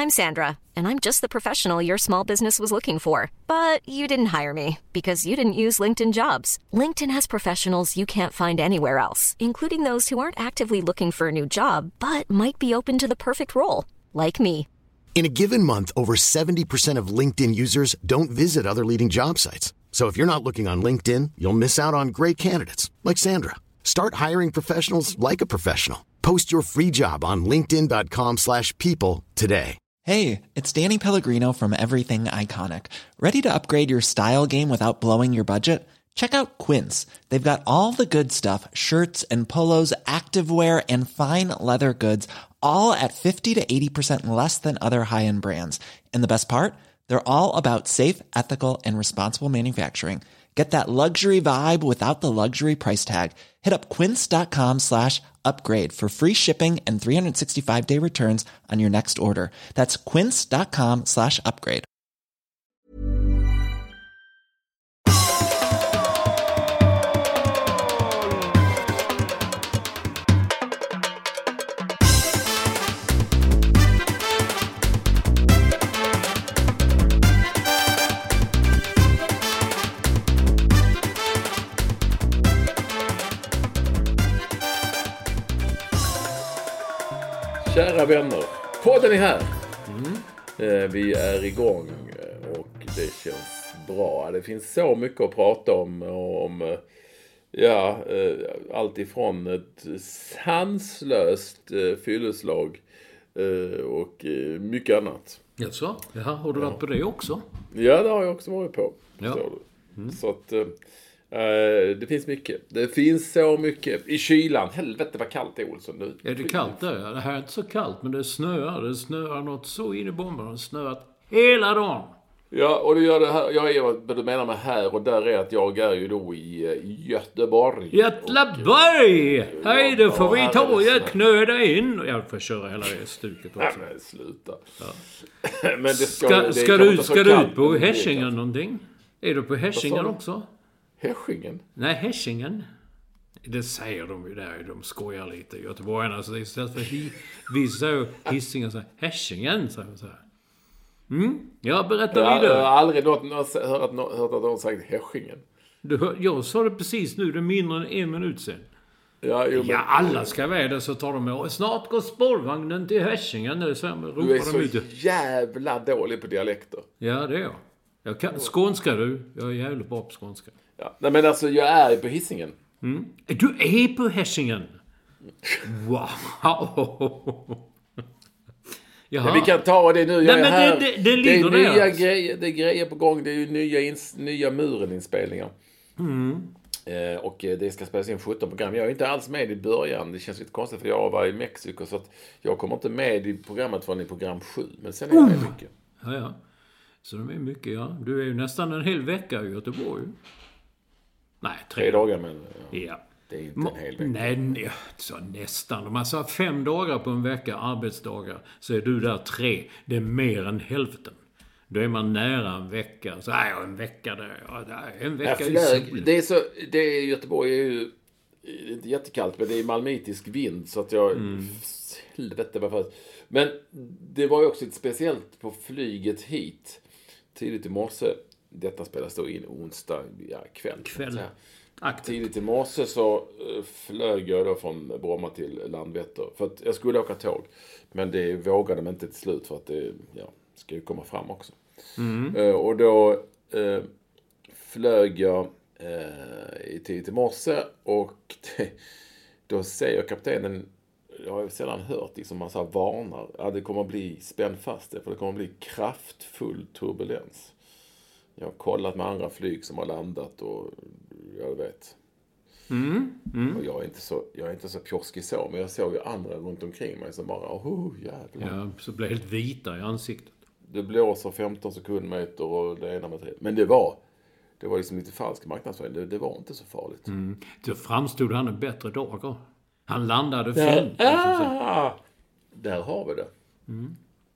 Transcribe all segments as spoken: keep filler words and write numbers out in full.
I'm Sandra, and I'm just the professional your small business was looking for. But you didn't hire me because you didn't use LinkedIn Jobs. LinkedIn has professionals you can't find anywhere else, including those who aren't actively looking for a new job, but might be open to the perfect role, like me. In a given month, over seventy percent of LinkedIn users don't visit other leading job sites. So if you're not looking on LinkedIn, you'll miss out on great candidates like Sandra. Start hiring professionals like a professional. Post your free job on linkedin dot com slash people today. Hey, it's Danny Pellegrino from Everything Iconic. Ready to upgrade your style game without blowing your budget? Check out Quince. They've got all the good stuff, shirts and polos, activewear, and fine leather goods, all at fifty to eighty percent less than other high-end brands. And the best part? They're all about safe, ethical, and responsible manufacturing. Get that luxury vibe without the luxury price tag. Hit up quince.com slash upgrade for free shipping and three sixty-five day returns on your next order. That's quince.com slash upgrade. Kära vänner, podden är här. Mm. Eh, vi är igång och det känns bra. Det finns så mycket att prata om. om ja, eh, allt ifrån ett sanslöst eh, fylleslag eh, och eh, mycket annat. Jaså? Ja, har du varit ja. på det också? Ja, det har jag också varit på. Ja. Så, mm. så att... Eh, Uh, det finns mycket. Det finns så mycket. I kylan. Helvete vad kallt det är, Olsson nu. Är det kallt där? Ja, det här är inte så kallt, men det snöar. Det snöar något så in i bomben. Det har snöat hela dagen. Ja, och det gör det här. Jag är vad du menar med här och där är att jag är ju då i, i Göteborg. Göteborg! Och, hej, då får vi ta jag knöda in. Jag får köra hela det stuket också. Nej, men sluta. Ja. Men det ska, ska, det ska du, ska du ut på Häschingen någonting? Är du på Häschingen också? Häschingen? Nej, Häschingen. Det säger de ju där. De skojar lite. Göteborgarna. Så istället för hi, vi så Hisingen så Häschingen. Så här. Mm? Ja, berätta ja, vidare. Jag har aldrig något, något, hört, att, hört att någon sagt Häschingen. Du hör, jag sa det precis nu. Det är mindre än en minut sedan. Ja, jo, men, ja, alla ska vara där så tar de med. Snart går spårvagnen till Häschingen. Nu så ropar du är så ut. jävla dålig på dialekter. Ja, det är jag. jag kan, skånska du. Jag är jävligt bra på skånska. Ja. Nej, men alltså, jag är på Hisingen. Mm. Du är på Häschingen? Wow! Ja, vi kan ta det nu. Jag Nej, är men här. Det, det, det, det är nya där. grejer, det är grejer på gång. Det är ju nya, ins, nya muren-inspelningar. Mm. Eh, och det ska spelas in sjutton program. Jag är inte alls med i början. Det känns lite konstigt för jag var i Mexiko. Så att jag kommer inte med i programmet förrän i program sju. Men sen är jag med mycket. Ja, ja. Så de är mycket, ja. Du är ju nästan en hel vecka i Göteborg. Nej, tre, tre dagar, men ja, ja. Det är inte en hel vecka. Nej, nej, så nästan. Om man sa fem dagar på en vecka, arbetsdagar, så är du där tre. Det är mer än hälften. Då är man nära en vecka. Så nej, en vecka där. Ja, en vecka i sol. Det är så, det är Göteborg är ju inte jättekallt, men det är malmitisk vind så att jag mm. helvete varför. Men det var ju också ett speciellt på flyget hit tidigt i morse. Detta spelas då in onsdag ja, kväll. Kväll. Tidigt i morse så flög jag då från Bromma till Landvetter. För att jag skulle åka tåg. Men det vågade man inte till slut för att det ja, ska ju komma fram också. Mm. Uh, och då uh, flög jag uh, i tidigt i morse. Och det, då säger kaptenen, jag har sällan hört liksom man så här varnar. Ja, det kommer att bli spänn fast det. För det kommer att bli kraftfull turbulens. Jag har kollat med andra flyg som har landat och jag vet. Mm. Mm. Och jag är inte så jag är inte så pjoskig så, men jag såg ju andra runt omkring mig som bara oh jävlar. Ja, så blev helt vita i ansiktet. Det blåser femton sekundmeter och det ena med tre. Men det var det var liksom lite falsk marknadsföring. Det, det var inte så farligt. Mm. Då framstod han en bättre dag. Han landade ja. fint. Ah, där har vi det. Mm.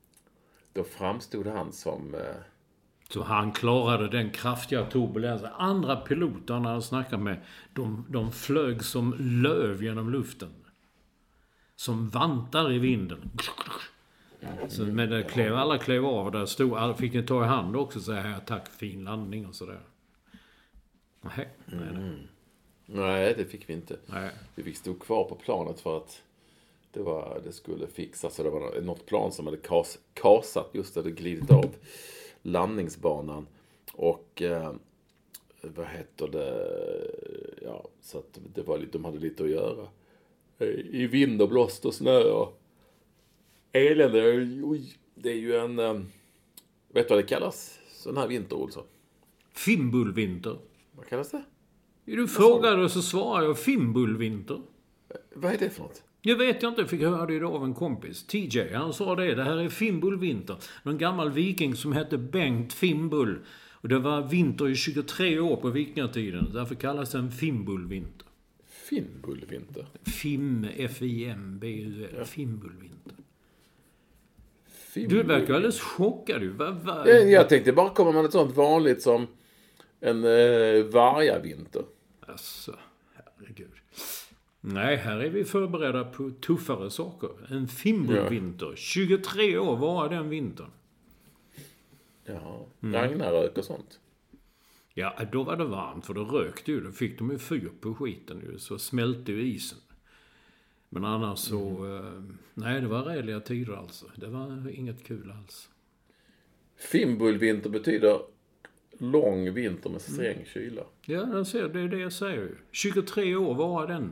Då framstod han som... Eh... Så han klarade den kraftiga turbulensen. Andra piloterna han snackade med, de, de flög som löv genom luften. Som vantar i vinden. Så, men det klev, alla klev av och där stod, alla fick en ta i hand också så här, tack fin landning och sådär. Nej, nej, nej. Mm. Nej, det fick vi inte. Nej. Vi fick stå kvar på planet för att det, var, det skulle fixas. Så det var något plan som hade kas, kasat, just hade glidit av landningsbanan. Och eh, vad heter det? Ja, så att det var lite, de hade lite att göra. I vind och blåst och snö och elände. Det är ju en... Vet du vad det kallas? Sån här vinter, Olsson. Fimbulvinter. Vad kallas det? Du frågade och så svarade jag fimbulvinter. Vad är det för något? Jag vet jag inte, jag fick höra det idag av en kompis. T J, han sa det. Det här är fimbulvinter. Någon gammal viking som hette Bengt Fimbul. Och det var vinter i tjugotre år på vikingatiden. Därför kallas den fimbulvinter. Fimbulvinter? Fim, F I M B U L. Ja. Fimbulvinter. Fimbul. Du verkar alldeles chockad. Du. Va, va? Jag, jag tänkte bara komma med något sånt vanligt som en eh, vargavinter. Alltså, herregud. Nej, här är vi förberedda på tuffare saker. En fimbulvinter. Ja. tjugotre år var den vintern. Ja, Ragnarök och sånt. Ja, då var det varmt för då rökte ju. Då fick de ju fyr på skiten ju. Så smälte ju isen. Men annars så... Mm. Eh, nej, det var rädliga tider alltså. Det var inget kul alls. Fimbulvinter betyder lång vinter med sträng mm. kyla. Ja, jag ser, det är det jag säger ju. tjugotre år var den.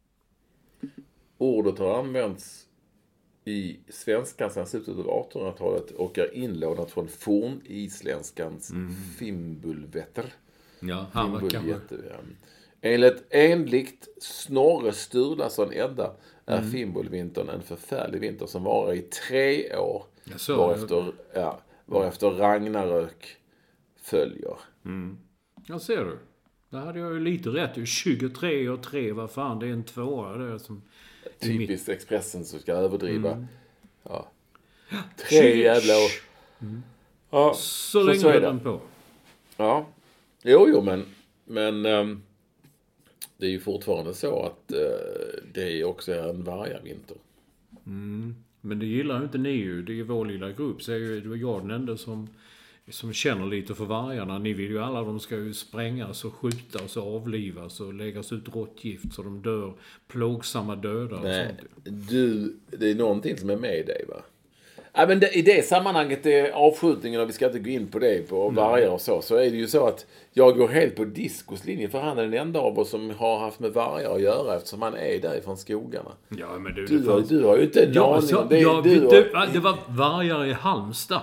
Ordet har använts i svenskan sedan slutet av artonhundratalet och är inlånat från fornisländskans mm. fimbulvetter. Ja, han var kanske... Enligt, enligt Snorre Sturlason Edda är mm. fimbulvintern en förfärlig vinter som varar i tre år. Så, varefter, ja, varefter Ragnarök följer. Mm. Jag ser du. Där hade jag ju lite rätt. tjugotre och tre, vad fan, det är en tvåa där som... Typiskt Expressen som ska överdriva. Mm. Ja. Tre jävla år. Mm. Ja, så, så länge så är den på. Ja. Jo, jo, men, men um, det är ju fortfarande så att uh, det är också en vargavinter. Mm. Men det gillar ju inte ni ju. Det är ju vår lilla grupp. Så är ju, det var jag den enda som, som känner lite för vargarna. Ni vill ju alla, de ska ju sprängas och skjutas och avlivas och läggas ut råttgift så de dör plågsamma döda. Nej, och sånt. Du, det är någonting som är med i dig, va? Ja, men det, i det sammanhanget är avskjutningen, och vi ska inte gå in på det, på vargar och så, så är det ju så att jag går helt på Discos-linjen, för han är den enda av oss som har haft med vargar att göra eftersom han är där från skogarna. Ja, men du, du, det fanns... du har ju inte en ja, aning så, om det. Ja, du det, har... det var vargar i Halmstad.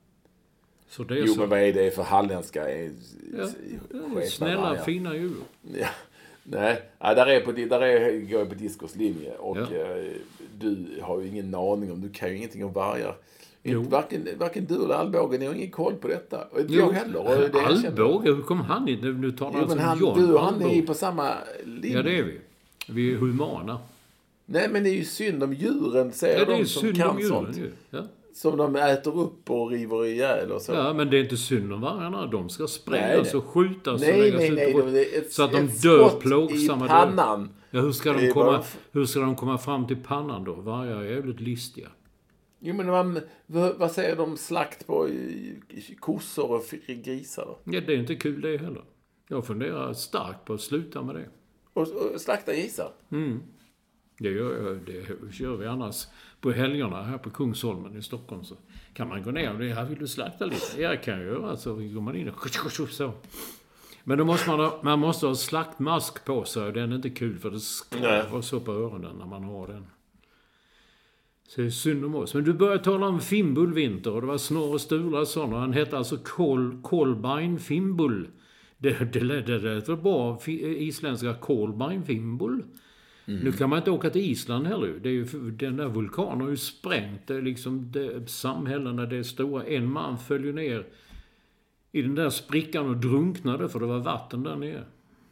Så det är jo, så... men vad är det för halländska? Ja, snälla, vargar. Fina djur. Ja. Nej, ja, där är på, där är, går jag på Discos linje och ja. eh, du har ju ingen aning om, du kan ju ingenting om vargar. Inte, varken, varken du eller Alvbåge, ni har ingen koll på detta. Och inte jag heller. Och det Alvbåge, hur kom han in? Nu, nu talar jo, alltså men han, John du och han är ju på samma linje. Ja, det är vi. Vi är humana. Nej, men det är ju synd om djuren, säger ja, de som kan djuren, sånt. Ju. Ja. Som de äter upp och river ihjäl och så. Ja, men det är inte synd om vargarna. De ska sprängas och skjutas nej, och läggas nej, ut nej, nej, ett, så att de ett dör plågsamma i pannan. Dör. Ja, hur ska, de komma, hur ska de komma fram till pannan då? Vargar är jävligt listiga. Jo, men man, vad säger de slakt på kossor och grisar då? Ja, det är inte kul det heller. Jag funderar starkt på att sluta med det. Och, och slakta grisar? Mm. Det gör, det gör vi annars på helgerna här på Kungsholmen i Stockholm. Så kan man gå ner och det här vill du slakta lite. Ja, kan jag göra. Så går man in och så. Men då måste man ha, man måste ha slaktmask på sig. Den är inte kul för det skräver så på öronen när man har den. Så det är synd om oss. Men du började tala om Fimbulvinter och det var Snorre Sturlason och han hette alltså Kol, Kolbein Fimbul. Det, det ledde det var bra isländska Kolbein Fimbul. Mm. Nu kan man inte åka till Island heller. Det är ju, den där vulkanen har ju sprängt. Det är liksom det, samhällena, det är stora. En man följer ner i den där sprickan och drunknade för det var vatten där nere.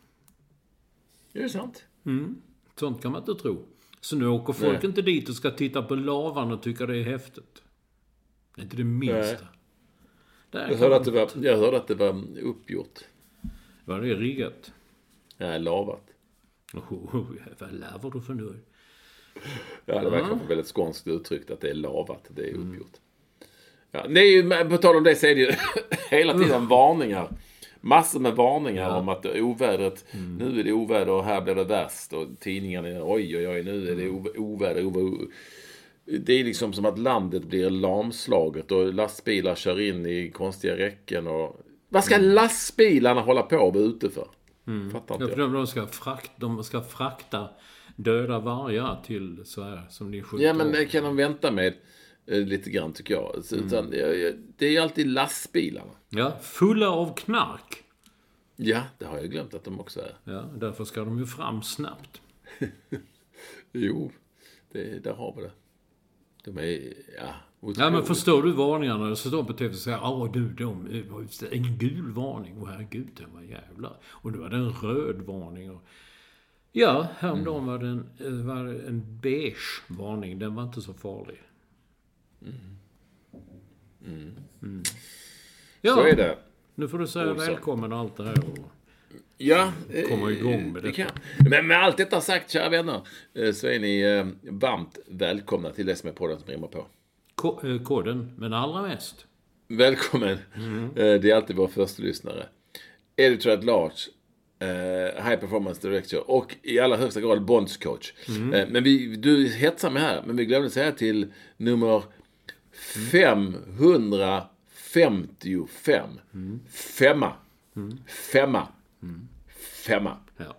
Är det sant? Mm. Sånt kan man inte tro. Så nu åker folk Nej. inte dit och ska titta på lavan och tycka det är häftigt. Det är inte det minsta. Jag hörde, att det var, jag hörde att det var uppgjort. Var det riggat? Nej, lavat. Oh, oh, vad lavar du för nu? Ja, det var kanske mm. väldigt skånskt uttryckt att det är lavat, det är uppgjort. Mm. Ja, det är ju, på tal om det så är det ju hela tiden mm. varningar. Massor med varningar ja. om att ovädret, mm. nu är det oväder och här blir det värst. Och tidningarna är oj, oj, oj, nu är det oväder, oväder. Det är liksom som att landet blir lamslaget och lastbilar kör in i konstiga räcken. Och... Vad ska mm. lastbilarna hålla på och vara ute för? Mm. Fattar inte ja, för de, ska frakta, de ska frakta döda vargar till så här som ni skjuter. Ja, men det kan de vänta med eh, lite grann tycker jag. Så, mm. utan, det, det är ju alltid lastbilarna. Ja, fulla av knark. Ja, det har jag glömt att de också är. Ja, därför ska de ju fram snabbt. Jo, det, där har vi det. De är, ja... Ja, men förstår du varningarna? Så står på tv och säger, ja du, de, en gul varning. Och herregud, den var jävlar. Och nu var det en röd varning. Och, ja, häromdagen mm. var det en, var det en beige varning. Den var inte så farlig. Mm. Mm. Mm. Ja, så är det. Nu får du säga Olsson. Välkommen och allt det här. Och ja, komma igång med det. Kan. Men med allt detta sagt, kära vänner, så är ni varmt välkomna till det som är podden som rimmar på. K- koden, men allra mest. Välkommen. Mm. Det är alltid vår första lyssnare. Editor at large, uh, High Performance Director och i allra högsta grad bondscoach. Mm. Uh, men vi, du hetsar mig här, men vi glömde säga till nummer femhundrafemtiofem. Mm. Femma. Mm. Femma. Mm. Femma. Ja.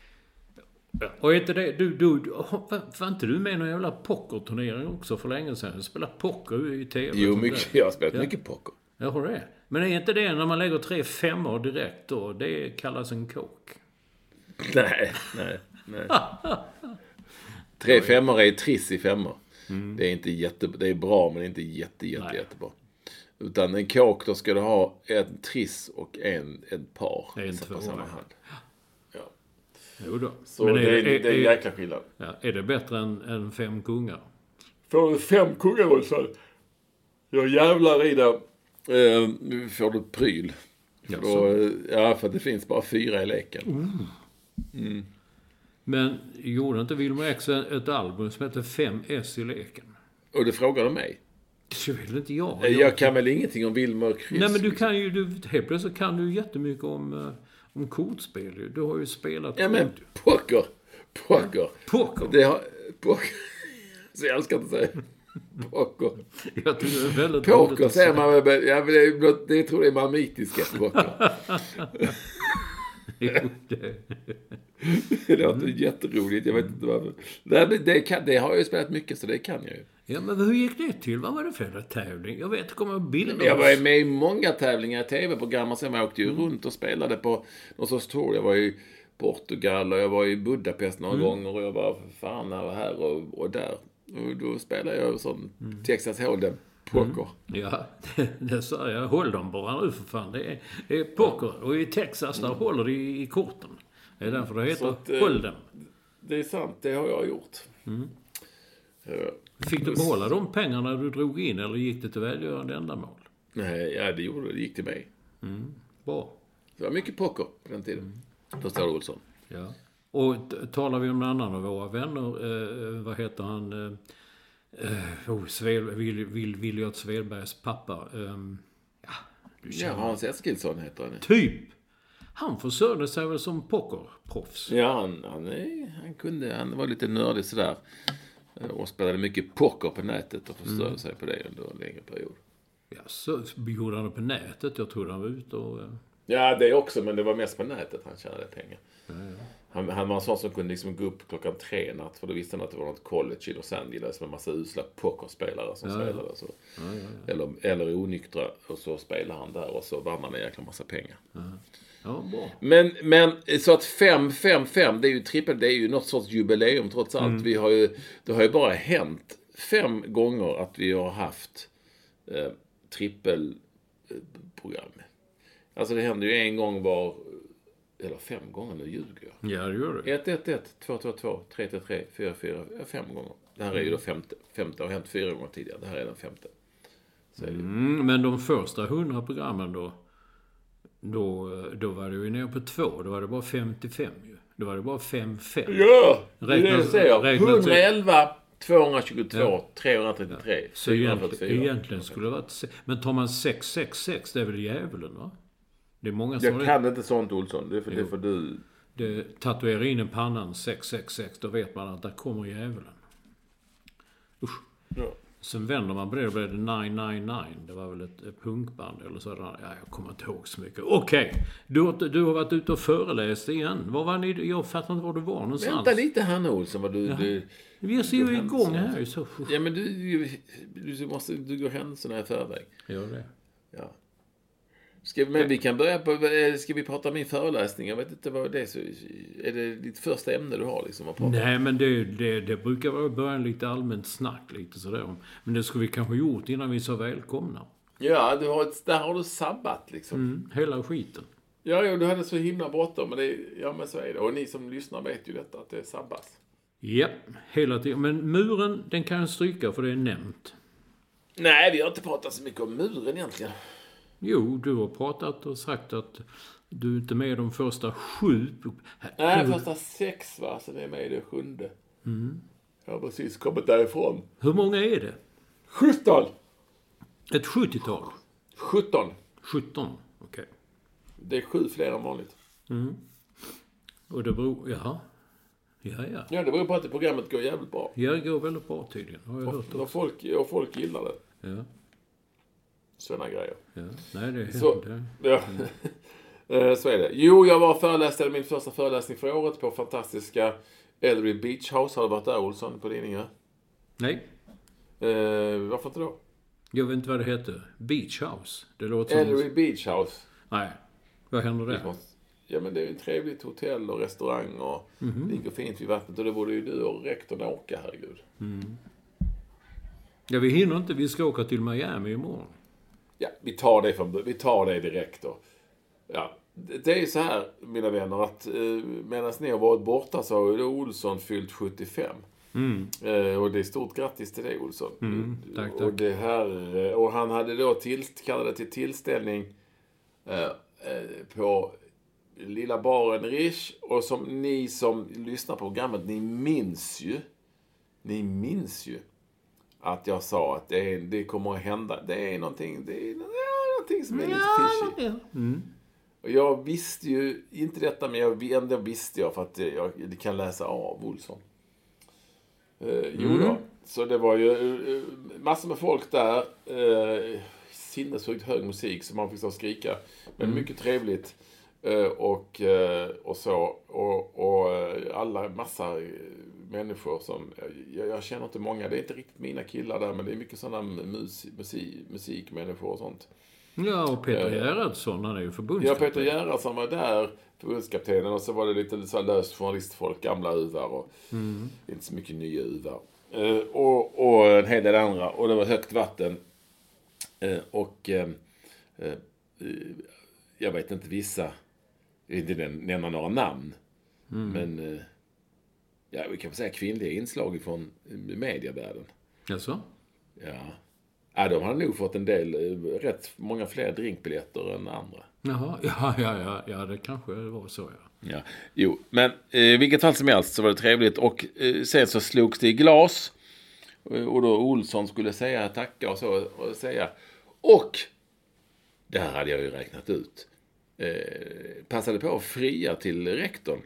Och inte det, du, du, var, var inte du med i någon jävla pokerturnering också för länge sedan? Du spelar poker i tv. Jo, mycket, jag har spelat ja. mycket poker. Jag har det. Men är inte det när man lägger tre femmor direkt då? Det kallas en kok. Nej, nej, nej. Tre femmor är triss i femmor. Mm. Det är inte jätte, det är bra men inte jätte, jätte, nej. jättebra. Utan en kåk, då ska du ha en triss och en, en par. En två. Samma hand. Ja. Jo då. Så men är, det, är, det är en jäkla skillnad. Ja, är det bättre än, än fem kungar? Får du fem kungar så jag jävlar i det. Eh, nu får du pryl. För då, ja, för det finns bara fyra i leken. Mm. Mm. Men gjorde inte Wilmer X ett album som heter fem S i leken? Och det frågar du mig? Det vill inte jag. Jag, jag kan väl ingenting om Wilmer Chris. Nej, men du kan ju, du, helt plötsligt kan du jättemycket om, om kortspel. Du har ju spelat... Ja, men poker. Poker. Ja, poker. Det har, poker. Så jag älskar att säga poker. Jag tror det är väldigt poker säger man väl. Ja, det, det tror jag är mamitiska poker. Jo, det... det låter jätteroligt. Jag vet inte varför. Det, det, kan, det har jag ju spelat mycket, så det kan jag ju. Ja, men hur gick det till? Vad var det för en tävling? Jag vet, kommer bilder. Jag var med i många tävlingar i tv-program och sen jag åkte ju mm. runt och spelade på någon sorts tour. Jag var i Portugal och jag var i Budapest några mm. gånger och jag var fan här, här och, och där. Och då spelade jag sån mm. Texas Hold'em poker. Mm. Ja, det, det sa jag. Håll dem bara nu för fan. Det är, det är poker. Ja. Och i Texas där mm. håller de i, i korten. Det är därför det heter att, håll dem. Det är sant, det har jag gjort. Mm. Fick du behålla de pengarna du drog in eller gick det till välgörande ändamål? Nej, ja, det gjorde det. Det gick till mig. Mm. Bra. Det var mycket poker på den tiden. Mm. Förstår du, Olsson? Ja. Och t- talar vi om en annan av våra vänner, eh, vad heter han? Eh, oh, Svel, Will, Will, Williot Svelbergs pappa. Eh, ja, du känner. Ja, Hans Eskilsson heter han. Typ. Han försörjde sig väl som pokerproffs. Ja, han, han, han kunde, han var lite nördig sådär. Och spelade mycket poker på nätet och förstörde mm. sig på det under en längre period. Ja, så gjorde han det på nätet. Jag trodde han var ute och... Ja, det också, men det var mest på nätet han tjänade pengar. Ja, ja. Han, han var en sån som kunde liksom gå upp klockan tre natt, för då visste han att det var något college i Los Angeles med en massa usla pokerspelare som ja, spelade. Ja. Så. Ja, ja, ja. Eller, eller onyktra, och så spelade han där och så vann han en jäkla massa pengar. Ja. Ja, bra. Men, men så att fem fem fem, det är ju trippel, det är ju något sorts jubileum trots allt. Mm. Vi har ju, det har ju bara hänt fem gånger att vi har haft eh, trippelprogram. Alltså det hände ju en gång var, eller fem gånger, nu ljuger jag. Ja, det gör det. ett ett ett, två två två, tre tre tre, fyra fyra, fem gånger. Det här är ju då femte, femte har hänt fyra gånger tidigare. Det här är den femte. Så mm, men de första hundra programmen då, Då, då var det ju nere på två. Då var det bara femtiofem ju. Då var det bara fem fem. Ja, det är det jag säger. räkna till- etthundraelva, tvåhundratjugotvå, Ja. trehundratrettiotre, Så egentligen, fyrahundrafyrtiofyra. egentligen skulle det varit... se- Men tar man sex sex sex, det är väl djävulen, va? Det är många som... Jag kan inte sånt, Olsson. Det är för, det är för du... Det tatuerar in i pannan sex sex sex, då vet man att där kommer djävulen. Usch. Ja. Sen vänder man på det, då blir det nio nio nio. Det var väl ett, ett punkband eller så. Ja, jag kommer inte ihåg så mycket. Okej, du, har- du har varit ute och föreläst igen. Var var ni? Jag fattar inte var du var någonstans. Vänta lite här nu, Olsson. Vad du, du, Vi ser ju igång här ju så. ja, men du, du, du måste... Du går händelserna i förväg. Gör det. Ja. Ska, men vi kan börja på... Ska vi prata om min föreläsning? Jag vet inte vad det är. Så, är det ditt första ämne du har liksom att prata om? Nej, men det, det, det brukar vara början lite allmänt snack lite sådär om. Men det skulle vi kanske gjort innan vi sa välkomna. Ja, du har ett, där har du sabbat liksom. Mm, hela skiten. Ja, ja, du hade så himla bråttom. Men det, ja, men så är det. Och ni som lyssnar vet ju detta, att det är sabbat. Ja, hela tiden. Men muren, den kan jag stryka för det är nämnt. Nej, vi har inte pratat så mycket om muren egentligen. Jo, du har pratat och sagt att du är inte med de första sju. Nej, första sex va, så det är med i det sjunde. Mm. Jag har precis kommit därifrån. Hur många är det? sjutton! Ett sjuttiotal? sjutton. sjutton, okej. Det är sju fler än vanligt. Och det beror... Jaha. Ja, ja. Ja, det beror på att programmet går jävligt bra. Ja, det går väldigt bra tydligen. Har jag hört Och, och, också. folk, och folk gillar det. Ja, Sådana grejer. ja. Nej, det är... Så, Det... ja. Eh, så är det. Jo, jag var föreläste min första föreläsning för året på fantastiska Ellery Beach House. Har du varit där, Olsson, på Lidingö? Nej, Eh, varför inte då? jag vet inte vad det heter. Beach House. Det låter som... Ellery Beach House. Nej, vad händer där? Ja, men det är ju ett trevligt hotell och restaurang och Mhm. ligger fint vid vattnet. Och det borde ju du och rektorn åka, herregud. Ja, vi hinner inte. Vi ska åka till Miami imorgon. Ja, vi tar det, från, vi tar det direkt då. Ja, det det är ju så här, mina vänner, att eh, medan ni har varit borta så har ju då Olsson fyllt sjuttiofem. Eh, och det är stort grattis till dig, Olsson. Mm, tack, tack. Och, det här, eh, och han hade då till, kallade till tillställning eh, eh, på lilla baren Rish. Och som ni som lyssnar på programmet, ni minns ju, ni minns ju att jag sa att det, är, det kommer att hända. Det är någonting, det är, ja, någonting som är lite fishy. Och jag visste ju inte detta, men jag, ändå visste jag för att jag, jag kan läsa av Olsson. Eh, jo då. Så det var ju eh, massor med folk där. Eh, sinnessjukt hög musik som man fick stå och skrika. Men mycket trevligt. Eh, och, eh, och så. Och, och eh, alla massa eh, människor som... Jag, jag känner inte många. Det är inte riktigt mina killar där. Men det är mycket sådana mus, musik, musikmänniskor och sånt. Ja, och Peter Gerhardsson, han är ju Ja, förbundskapten. Peter Gerhardsson var där, förbundskaptenen, och så var det lite så här löst journalistfolk, gamla uvar och inte så mycket nya uvar. Eh, och, och en hel del andra, och det var högt vatten. Eh, och eh, eh, jag vet inte vissa, inte nämna några namn, men eh, ja, vi kan väl säga kvinnliga inslag från medievärlden. Jaså? Ja. Ja, de har nog fått en del, eh, rätt många fler drinkbiljetter än andra. Jaha, ja, ja, ja, ja, det kanske var så, ja. Ja, jo, men eh, i vilket fall som helst så var det trevligt. Och eh, sen så slogs det i glas. Och, och då Olsson skulle säga tacka och så och säga. Och, det här hade jag ju räknat ut. Eh, passade på att fria till rektorn.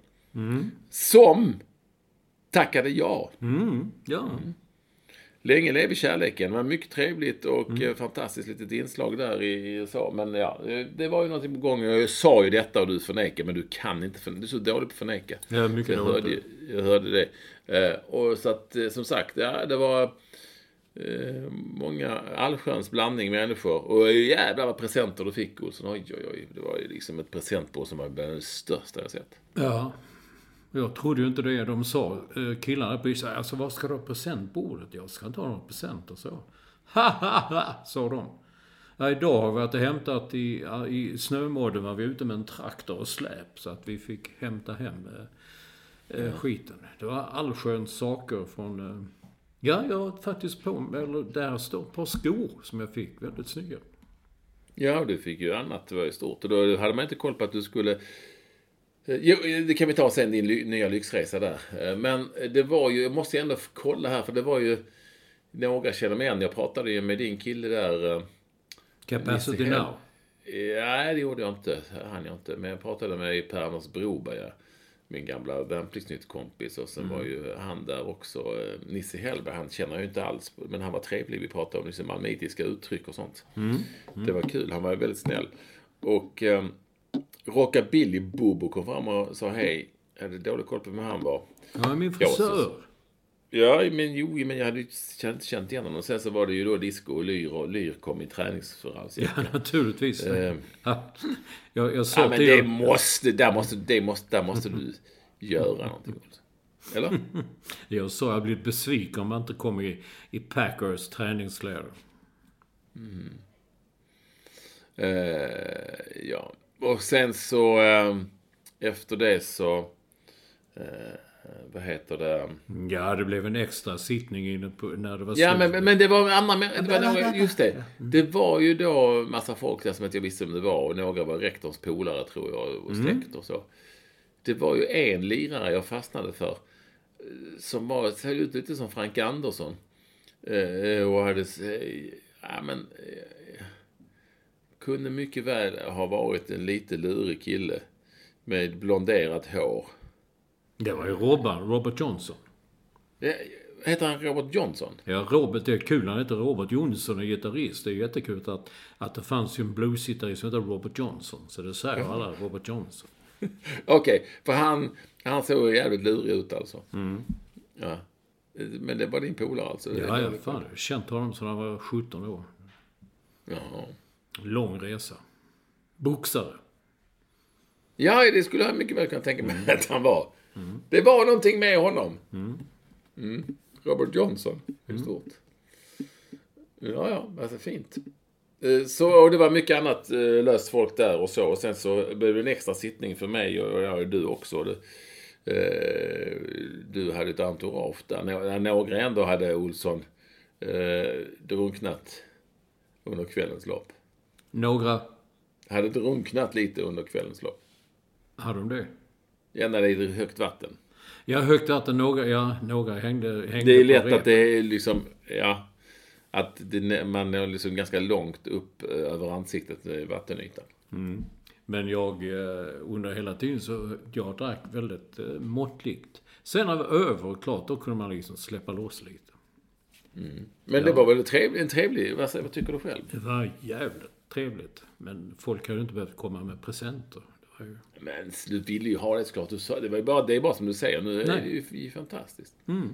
Som tackade ja. Mm, ja. Länge lever kärleken. Det var mycket trevligt och mm. fantastiskt litet inslag där i U S A. Men ja, det var ju någonting på gång. Jag sa ju detta och du förnekar, men du kan inte förneka. Du är så dålig på att förneka. Ja, mycket jag, hörde, jag hörde det. Eh, och så att, som sagt, ja, det var eh, många allsköns blandning människor. Och jävlar vad presenter du fick. Och så, oj, oj, oj. Det var ju liksom ett presentbord som var det största jag sett. Ja. Jag trodde ju inte det de sa. Killarna på sig, alltså vad ska du ha presentbordet? Jag ska inte ha någon present och så. Ha, ha, ha, sa de. Ja, idag har vi varit och hämtat i, i snömården, var vi ute med en traktor och släp så att vi fick hämta hem eh, ja. skiten. Det var allsköns saker från... Eh, ja, jag har faktiskt på eller där står ett par skor som jag fick, väldigt snygga. Ja, du fick ju annat, det var ju stort. Och då hade man inte koll på att du skulle... Jo, det kan vi ta sen, din ly- nya lyxresa där. Men det var ju, jag måste ju ändå kolla här, för det var ju några känner mig igen. Jag pratade ju med din kille där. Capacity Now. Nej, det gjorde jag inte. Han jag inte. Men jag pratade med Per-Anders Broberg, min gamla värnpliktsnytt-kompis. Och sen mm. var ju han där också. Nisse Hellberg, han känner jag ju inte alls. Men han var trevlig. Vi pratade om liksom malmitiska uttryck och sånt. Mm. Mm. Det var kul. Han var väldigt snäll. Och eh, Rockabilly Bobo kom fram och sa hej. Jag hade dålig koll på vem han var. Ja, min frisör. Ja, men jo, men jag hade ju inte känt igen honom. Och sen så var det ju då disco och lyr, och lyr kom i träningsförhals. Ja, naturligtvis. Eh, ja. Jag, jag sa ja, men det, det måste, där måste, det måste, där måste du göra någonting. Eller? Jag sa jag blivit besviken om man inte kommer i, i Packers träningskläder. Mm. Eh, ja. Och sen så eh, efter det så eh, vad heter det? Ja, det blev en extra sittning inne på, när det var ja, men, men det var andra, det var några, just det. Det var ju då massa folk där som inte jag visste om det var, och några var rektors polare tror jag och släkt och så. Det var ju en lirare jag fastnade för som var, såg ut lite som Frank Andersson. Eh, och hade ja, men eh, kunde mycket väl ha varit en lite lurig kille med blonderat hår. Det var ju Robert, Robert Johnson. Ja, heter han Robert Johnson? Ja, Robert, det är kul. Han heter Robert Johnson och gitarrist. Det är jättekul att, att det fanns ju en bluesgitarrist som heter Robert Johnson. Så det säger alla Robert Johnson. Okej, okay, för han, han såg jävligt lurig ut alltså. Mm. Ja. Men det var din polare alltså? Ja, ja, fan. Jag har känt honom sedan han var sjutton år. Ja. Lång resa. Boxare. Ja, det skulle jag mycket väl kunna tänka mig mm. att han var. Mm. Det var någonting med honom. Mm. Mm. Robert Johnson. Hur mm. stort. Ja, ja. Alltså fint. Så, och det var mycket annat löst folk där och så. Och sen så blev det en extra sittning för mig och jag och du också. Det, eh, du hade ett entourage där. Några ändå hade Olsson eh, drunknat under kvällens lopp. Några? Hade drunknat lite under kvällens lopp. Hade de det? Ja, när det är högt vatten. Ja, högt vatten. Några, ja, några hängde, hängde det är lätt att det är liksom, ja, att det, man är liksom ganska långt upp över ansiktet i vattenytan. Mm. Men jag under hela tiden så jag drack väldigt eh, måttligt. Sen när det var över och klart, då kunde man liksom släppa loss lite. Mm. Men ja. Det var väl trevlig, en trevlig, vad, vad tycker du själv? Det var jävligt trevligt. Men folk hade inte behövt komma med presenter. Det var ju... Men du ville ju ha det såklart. Du sa, det, var bara, det är bara som du säger. Nu Nej. är det ju, det är ju fantastiskt. Mm.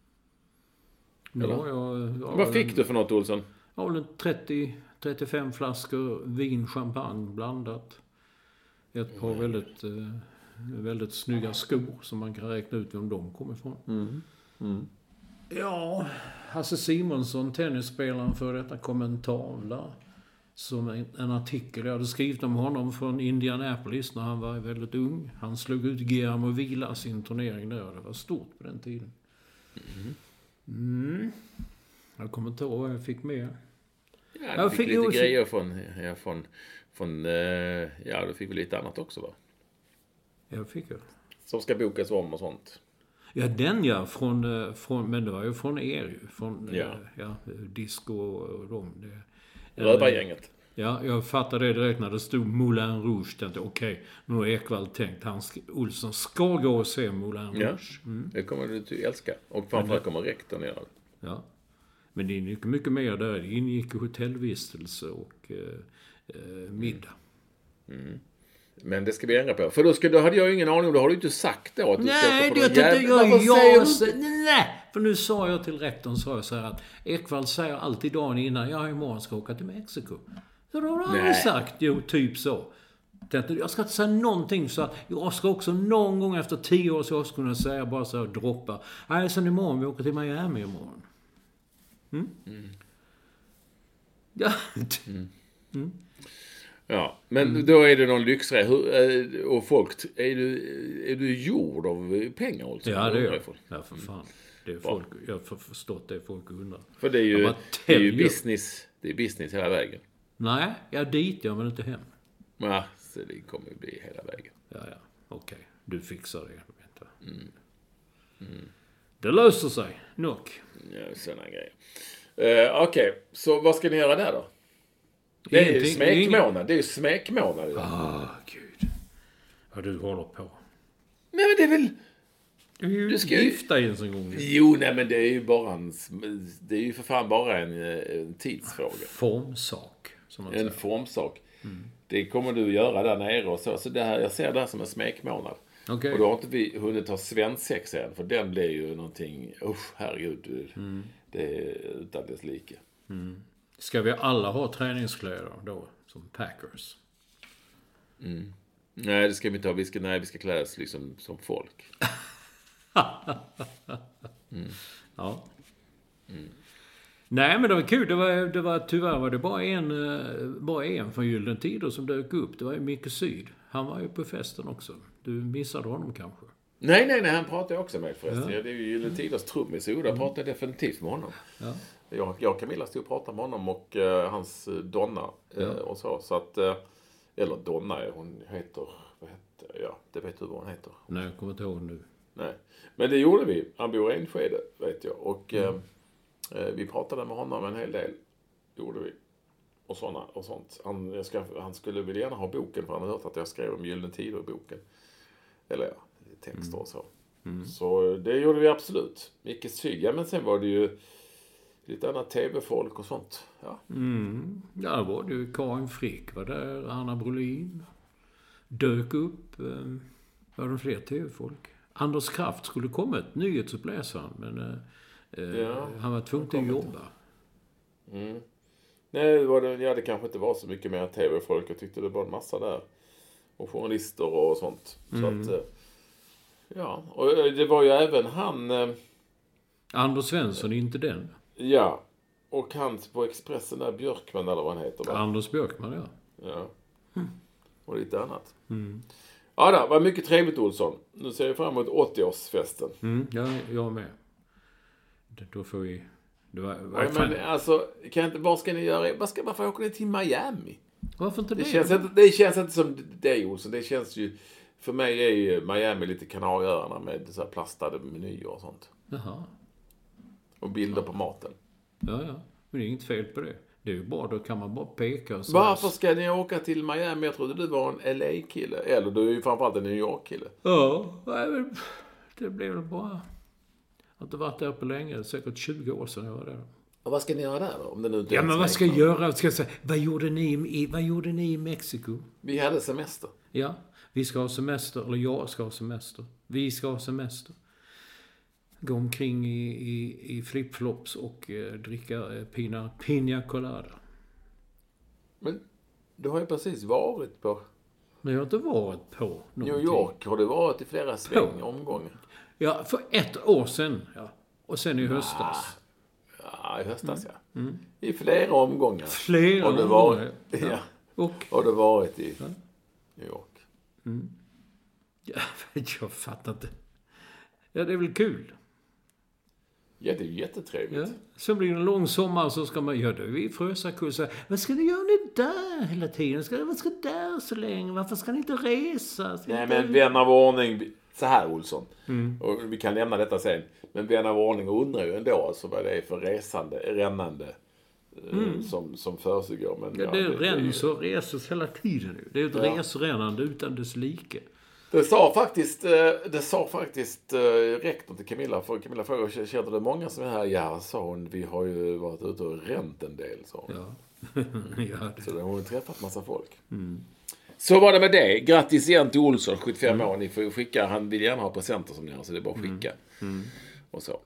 Ja, jag, jag, vad fick en, du för något, Olsson? Jag har väl trettio till trettiofem flaskor vin, champagne blandat. Ett par mm. väldigt, väldigt snygga skor som man kan räkna ut vem de kommer ifrån. Mm. Mm. Ja, Hasse Simonsson, tennisspelaren, för detta kom en tavla som en, en artikel jag hade skrivit om honom från Indianapolis när han var väldigt ung. Han slog ut Guillermo Vila sin turnering där. Det var stort på den tiden. Mm. Mm. Jag kommer inte ihåg vad jag fick med. Ja, du jag fick, fick lite också... grejer från, ja, från, från ja, du fick väl lite annat också, va? Jag fick jag. Som ska bokas om och sånt. Ja, den ja, från, från, men det var ju från er ju. Från ja. Ja, disco och de. Det, Rövargänget. Ja, jag fattade det direkt när det stod Moulin Rouge. Tänkte, okej, okay, nu har Ekvall tänkt. Han, Olsson ska gå och se Moulin Rouge. Ja, mm. det kommer du att älska. Och framförallt kommer rektorn göra det. Ja, men det ingick mycket mer där. Det ingick hotellvistelse och eh, middag. Mm. Men det ska vi ändra på. För då, ska, då hade jag ju ingen aning. Då har du inte sagt då att du nej, ska på det jävla... jag, jag, jag, nej, för nu sa jag till rektorn så, jag så här att Ekvall säger alltid dagen innan jag imorgon ska åka till Mexiko. Så då har han aldrig sagt, jo, typ så. Jag ska inte säga någonting så att jag ska också någon gång efter tio år så jag ska kunna säga bara så här, droppa. Nej, sen imorgon vi åker till Miami imorgon. Mm? Mm. Ja. Mm. Mm. Ja, men mm. då är det någon lyxre och folk, är du, är du gjord av pengar alltså? Ja, det är jag. Ja, för fan. Det är folk, jag har förstått det folk undrar. För det är ju, det är ju business, det är business hela vägen. Nej, jag dit jag men inte hem. Ja, så det kommer ju bli hela vägen. Ja, ja. Okej. Okay. Du fixar det. Vänta. Mm. Mm. Det löser sig. Nog. Ja, sådana grejer. Uh, Okej, okay. Så vad ska ni göra där då? Det är ju smekmånad. Det är ju smekmånad. Ah, oh, gud. Vad du håller på. Nej, men det är väl... Du är ju ska gifta ju... en sån gång. Jo, nej, men det är ju bara en... Det är ju för fan bara en, en tidsfråga. Formsak. Som man en säger. formsak. Mm. Det kommer du göra där nere och så. Så det här, jag ser det här som en smekmånad. Okay. Och då har inte vi hunnit ta svensex än. För den blir ju någonting... Usch, herregud. Mm. Det är utan dess like. Mm. Ska vi alla ha träningskläder då? Som Packers? Mm. Nej, det ska vi inte ha. Vi ska, nej, vi ska klä oss liksom som folk. mm. Ja. Mm. Nej, men det var kul. Det var, det var, tyvärr var det bara en, bara en från Gyllene Tider som dök upp. Det var ju Micke Syd. Han var ju på festen också. Du missade honom kanske. Nej, nej, nej. Han pratade jag också med förresten. Ja. Det är ju Gyllene Tiders trummis. Jo, jag pratade definitivt med honom. Ja. Jag, jag och Camilla stod och pratade med honom och uh, hans Donna uh, ja. och så. Så att, uh, eller Donna, hon heter, vad heter, ja, det vet du vad hon heter. Nej, jag kommer inte ihåg nu. Nej, men det gjorde vi. Han bor i Enskede, vet jag. Och mm. uh, vi pratade med honom en hel del. Gjorde vi. Och såna och sånt. Han, jag ska, han skulle väl gärna ha boken för han har hört att jag skrev om Gyllene Tider i boken. Eller ja, texter och så. Mm. Så det gjorde vi absolut. Mycket Syd. Ja, men sen var det ju lite annat tv-folk och sånt. Ja, mm. Ja, det var det ju. Karin Frick var där. Anna Brolin dök upp. Um, var det fler tv-folk? Anders Kraft skulle komma ett nyhetsuppläsaren. Men uh, ja, han var tvungen att jobba. Mm. Nej, det, var det, ja, det kanske inte var så mycket mer tv-folk. Jag tyckte det var en massa där. Och journalister och sånt. Mm. Så att, ja, och det var ju även han... Eh, Anders Svensson, inte den. Ja, och han på Expressen där, Björkman eller vad han heter. Va? Anders Björkman, ja. Ja, mm. Och lite annat. Mm. Ja, det var mycket trevligt, Olsson. Nu ser jag fram emot åttioårsfesten. Mm, ja, jag med. Då får vi... Det var, var ja, men alltså, kan inte, vad ska ni göra? Vad ska, varför åker ni till Miami? Varför inte det? Det känns inte, det känns inte som det, Olsson. Det känns ju... För mig är ju Miami lite Kanarieöarna med så här plastade menyer och sånt. Jaha. Och bilder ja. på maten. Ja, ja. Men det är inget fel på det. Det är ju bra, då kan man bara peka och så. Varför ska ni åka till Miami? Jag trodde du var en L A-kille. Eller du är ju framförallt en New York-kille. Ja, det blev väl bara... Jag har inte varit där på länge. Säkert tjugo år sedan jag var där. Och vad ska ni göra där då? Om det nu inte ja, men vad ska jag göra? Ska jag säga, vad, gjorde ni i, vad gjorde ni i Mexiko? Vi hade semester. Ja, vi ska ha semester. Eller jag ska ha semester. Vi ska ha semester. Gå omkring i, i, i flipflops och eh, dricka eh, pina, pina colada. Men du har ju precis varit på... Men jag har inte varit på någonting. New York har du varit i flera sväng omgångar. Ja, för ett år sedan. Ja. Och sen i höstas. Ja, i höstas, mm. ja. Mm. I flera omgångar. Flera har du varit, omgångar. Ja. ja. Och? Har du varit i ja. New York. Mm. Ja, jag fattar inte. Ja, det är väl kul. Ja, det är jättetrevligt. Ja. Sen blir det en lång sommar så ska man... Ja, då är vi i Frösakulla. Vad ska ni göra ni där hela tiden? Ska, vad ska där så länge? Varför ska ni inte resa? Ska Nej, inte... men vän av ordning... Så här, Olsson. Mm. Och vi kan lämna detta sen. Men vän av ordning undrar ju ändå alltså vad det är för resande, rännande mm. som, som försiggår. Men, ja, ja, det är rens och reses hela tiden nu. Det är ett ja. resrännande utan dess like. Det sa faktiskt, det sa faktiskt rektorn till Camilla. För Camilla frågade, kände det många som är här? Ja, sa hon, vi har ju varit ute och ränt en del, sa hon. Ja. ja, det. Så då har hon träffat massa folk. Mm. Så var det med det. Grattis igen till Olsson, sjuttiofem mm. år. Ni får ju skicka, han vill gärna ha presenter som ni har, så det är bara att skicka. Mm. Mm. Och så.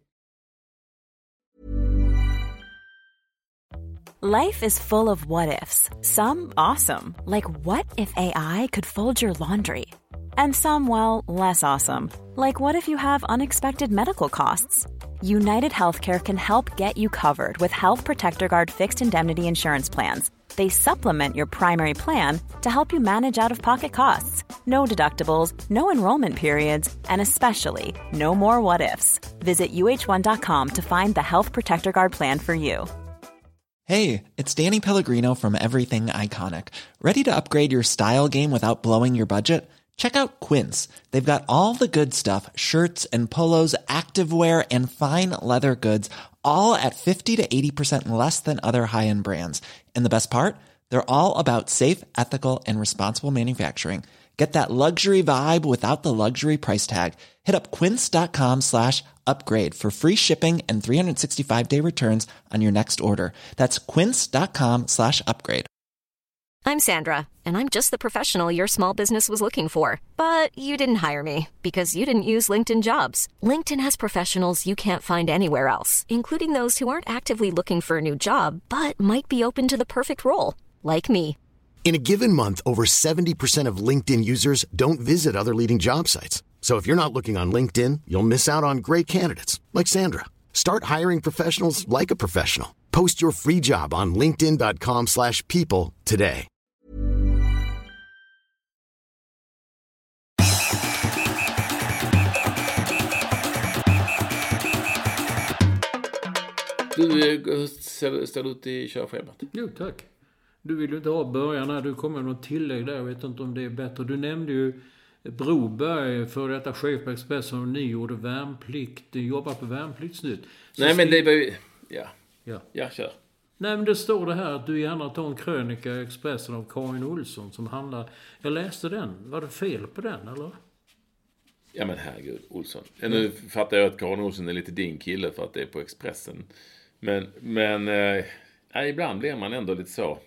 Life is full of what-ifs. Some awesome. Like what if A I could fold your laundry? And some, well, less awesome. Like what if you have unexpected medical costs? United Healthcare can help get you covered with Health Protector Guard fixed indemnity insurance plans. They supplement your primary plan to help you manage out-of-pocket costs. No deductibles, no enrollment periods, and especially no more what-ifs. Visit U H one dot com to find the Health Protector Guard plan for you. Hey, it's Danny Pellegrino from Everything Iconic. Ready to upgrade your style game without blowing your budget? Check out Quince. They've got all the good stuff, shirts and polos, activewear, and fine leather goods, all at fifty to eighty percent less than other high-end brands. And the best part? They're all about safe, ethical, and responsible manufacturing. Get that luxury vibe without the luxury price tag. Hit up quince.com slash upgrade for free shipping and three sixty-five day returns on your next order. That's quince.com slash upgrade. I'm Sandra, and I'm just the professional your small business was looking for. But you didn't hire me because you didn't use LinkedIn Jobs. LinkedIn has professionals you can't find anywhere else, including those who aren't actively looking for a new job, but might be open to the perfect role, like me. In a given month, over seventy percent of LinkedIn users don't visit other leading job sites. So if you're not looking on LinkedIn, you'll miss out on great candidates like Sandra. Start hiring professionals like a professional. Post your free job on linkedin.com slash people today. Du ställer ut i körschemat. Jo, tack. Du vill ju inte ha början här. Du kommer med något tillägg där. Jag vet inte om det är bättre. Du nämnde ju Broberg, för detta chef på Expressen, och ni gjorde värnplikt, jobbar på Värnpliktsnytt. Så Nej, men skri- det var ju... Ja, ja. ja, kör. Nej, men det står det här att du gärna tar en krönika i Expressen av Karin Olsson som handlar... Jag läste den. Var det fel på den, eller? Ja, men herregud, Olsson. Mm. Nu fattar jag att Karin Olsson är lite din kille för att det är på Expressen. Men, men eh, ja, ibland blir man ändå lite så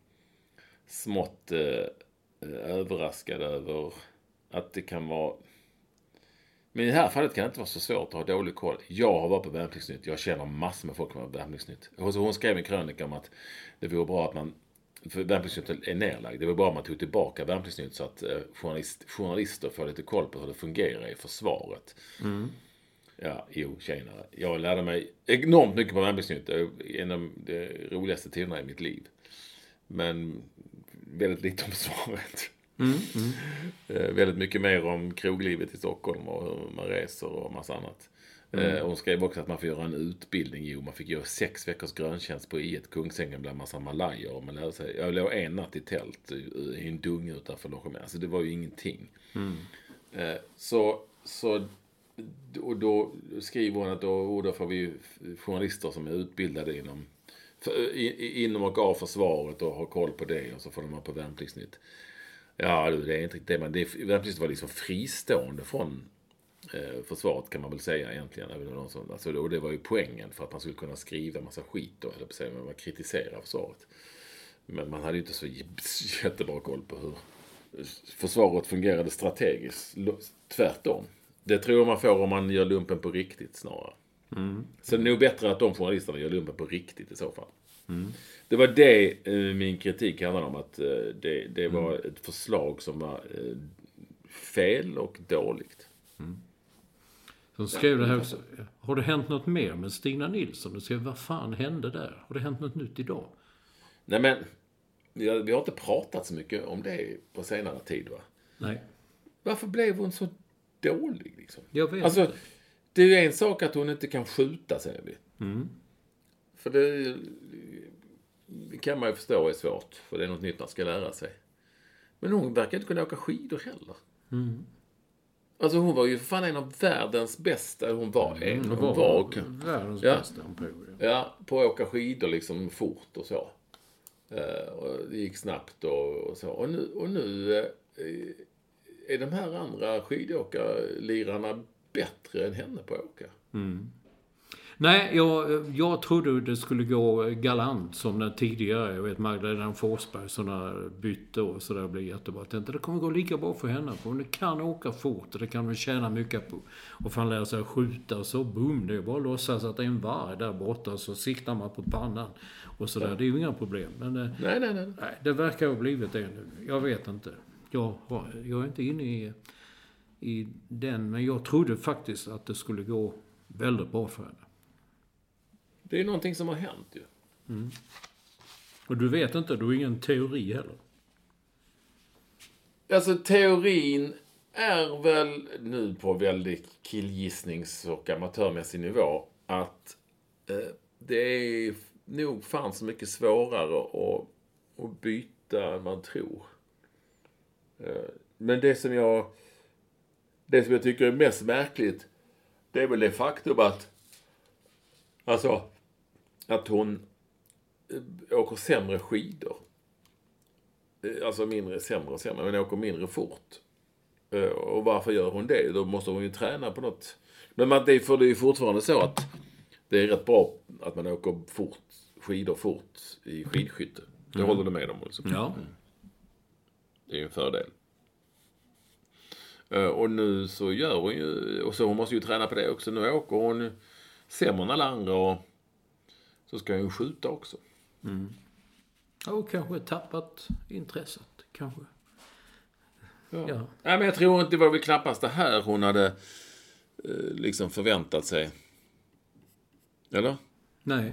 smått eh, överraskad över att det kan vara... Men i det här fallet kan det inte vara så svårt att ha dålig koll. Jag har varit på Värnpliktsnytt. Jag känner massor med folk som har varit på Värnpliktsnytt. Hon skrev en krönika om att det vore bra att man... För Värnpliktsnytt är nedlagd. Det var bra att man tog tillbaka Värnpliktsnytt så att eh, journalist, journalister får lite koll på hur det fungerar i försvaret. Mm. Ja, jo, tjänare. Jag lärde mig enormt mycket på Värnpliktsnytt. En av de roligaste tiderna i mitt liv. Men väldigt lite om försvaret. Mm, mm. Väldigt mycket mer om kroglivet i Stockholm och hur man reser och massa annat. Mm. Hon skrev också att man får göra en utbildning. Jo, man fick göra sex veckors gröntjänst på I ett Kungsängen bland massa malajer. Och man lärde sig, jag låg en natt i tält i en dung utanför logementet. Alltså det var ju ingenting. Mm. Så, så och då skriver hon att då, då får vi journalister som är utbildade inom, för, inom och av försvaret och har koll på det. Och så får de ha på Värnpliktsnytt. Ja, det är inte riktigt det, men det Värnpliktsnytt var liksom fristående från eh, försvaret kan man väl säga egentligen. Alltså, och det var ju poängen för att man skulle kunna skriva en massa skit då, eller på sig, men man kritiserar försvaret. Men man hade ju inte så jättebra koll på hur försvaret fungerade strategiskt. Tvärtom. Det tror jag man får om man gör lumpen på riktigt snarare. Mm. Så det är nog bättre att de journalisterna gör lumpen på riktigt i så fall. Mm. Det var det eh, min kritik handlade om, att eh, det, det var mm. ett förslag som var eh, fel och dåligt. Mm. Så skrev det här också. Har det hänt något mer med Stina Nilsson? Du skrev, vad fan hände där? Har det hänt något nytt idag? Nej, men vi har, vi har inte pratat så mycket om det på senare tid, va? Nej. Varför blev hon så dålig liksom? Jag vet alltså, inte. Det är ju en sak att hon inte kan skjuta, säger vi. Mm. För det, det kan man ju förstå är svårt. För det är något nytt man ska lära sig. Men hon verkar inte kunna åka skidor heller. Mm. Alltså hon var ju fan en av världens bästa. Hon var en. Hon var, var världens ja, bästa. På, ja. ja, på att åka skidor liksom fort och så. Uh, och det gick snabbt och, och så. Och nu, och nu uh, är de här andra skidåkarlirarna bättre än henne på att åka. Mm. Nej, jag, jag trodde det skulle gå galant som den tidigare. Jag vet Magdalena Forsberg sådana bytte och så där blev jättebra. Jag tänkte det kommer gå lika bra för henne. För hon kan åka fort och det kan hon tjäna mycket på. Och fan lära sig att skjuta och så boom. Det är bara att låtsas att det är en varg där borta och så siktar man på pannan. Och så där. Det är ju inga problem. Men det, nej, nej, nej. nej, det verkar ha blivit det nu. Jag vet inte. Jag, jag är inte inne i, i den. Men jag trodde faktiskt att det skulle gå väldigt bra för henne. Det är någonting som har hänt ju. Mm. Och du vet inte, du har ingen teori heller. Alltså teorin är väl nu på väldigt killgissnings- och amatörmässig nivå att eh, det är nog fan så mycket svårare att, att byta än man tror. Men det som jag det som jag tycker är mest märkligt, det är väl det faktum att alltså att hon åker sämre skidor. Alltså mindre, sämre och sämre, men åker mindre fort. Och varför gör hon det? Då måste hon ju träna på något. Men man, det, för det är ju fortfarande så att det är rätt bra att man åker fort, skidor fort i skidskytte. Det mm. håller du med om också. Ja. Mm. Det är ju en fördel. Och nu så gör hon ju, och så hon måste ju träna på det också. Nu åker hon sämre än alla andra och så ska hon ju skjuta också. Mm. Och kanske tappat intresset, kanske. Ja. Ja. Nej, men jag tror inte det var väl knappast det här hon hade eh, liksom förväntat sig. Eller? Nej.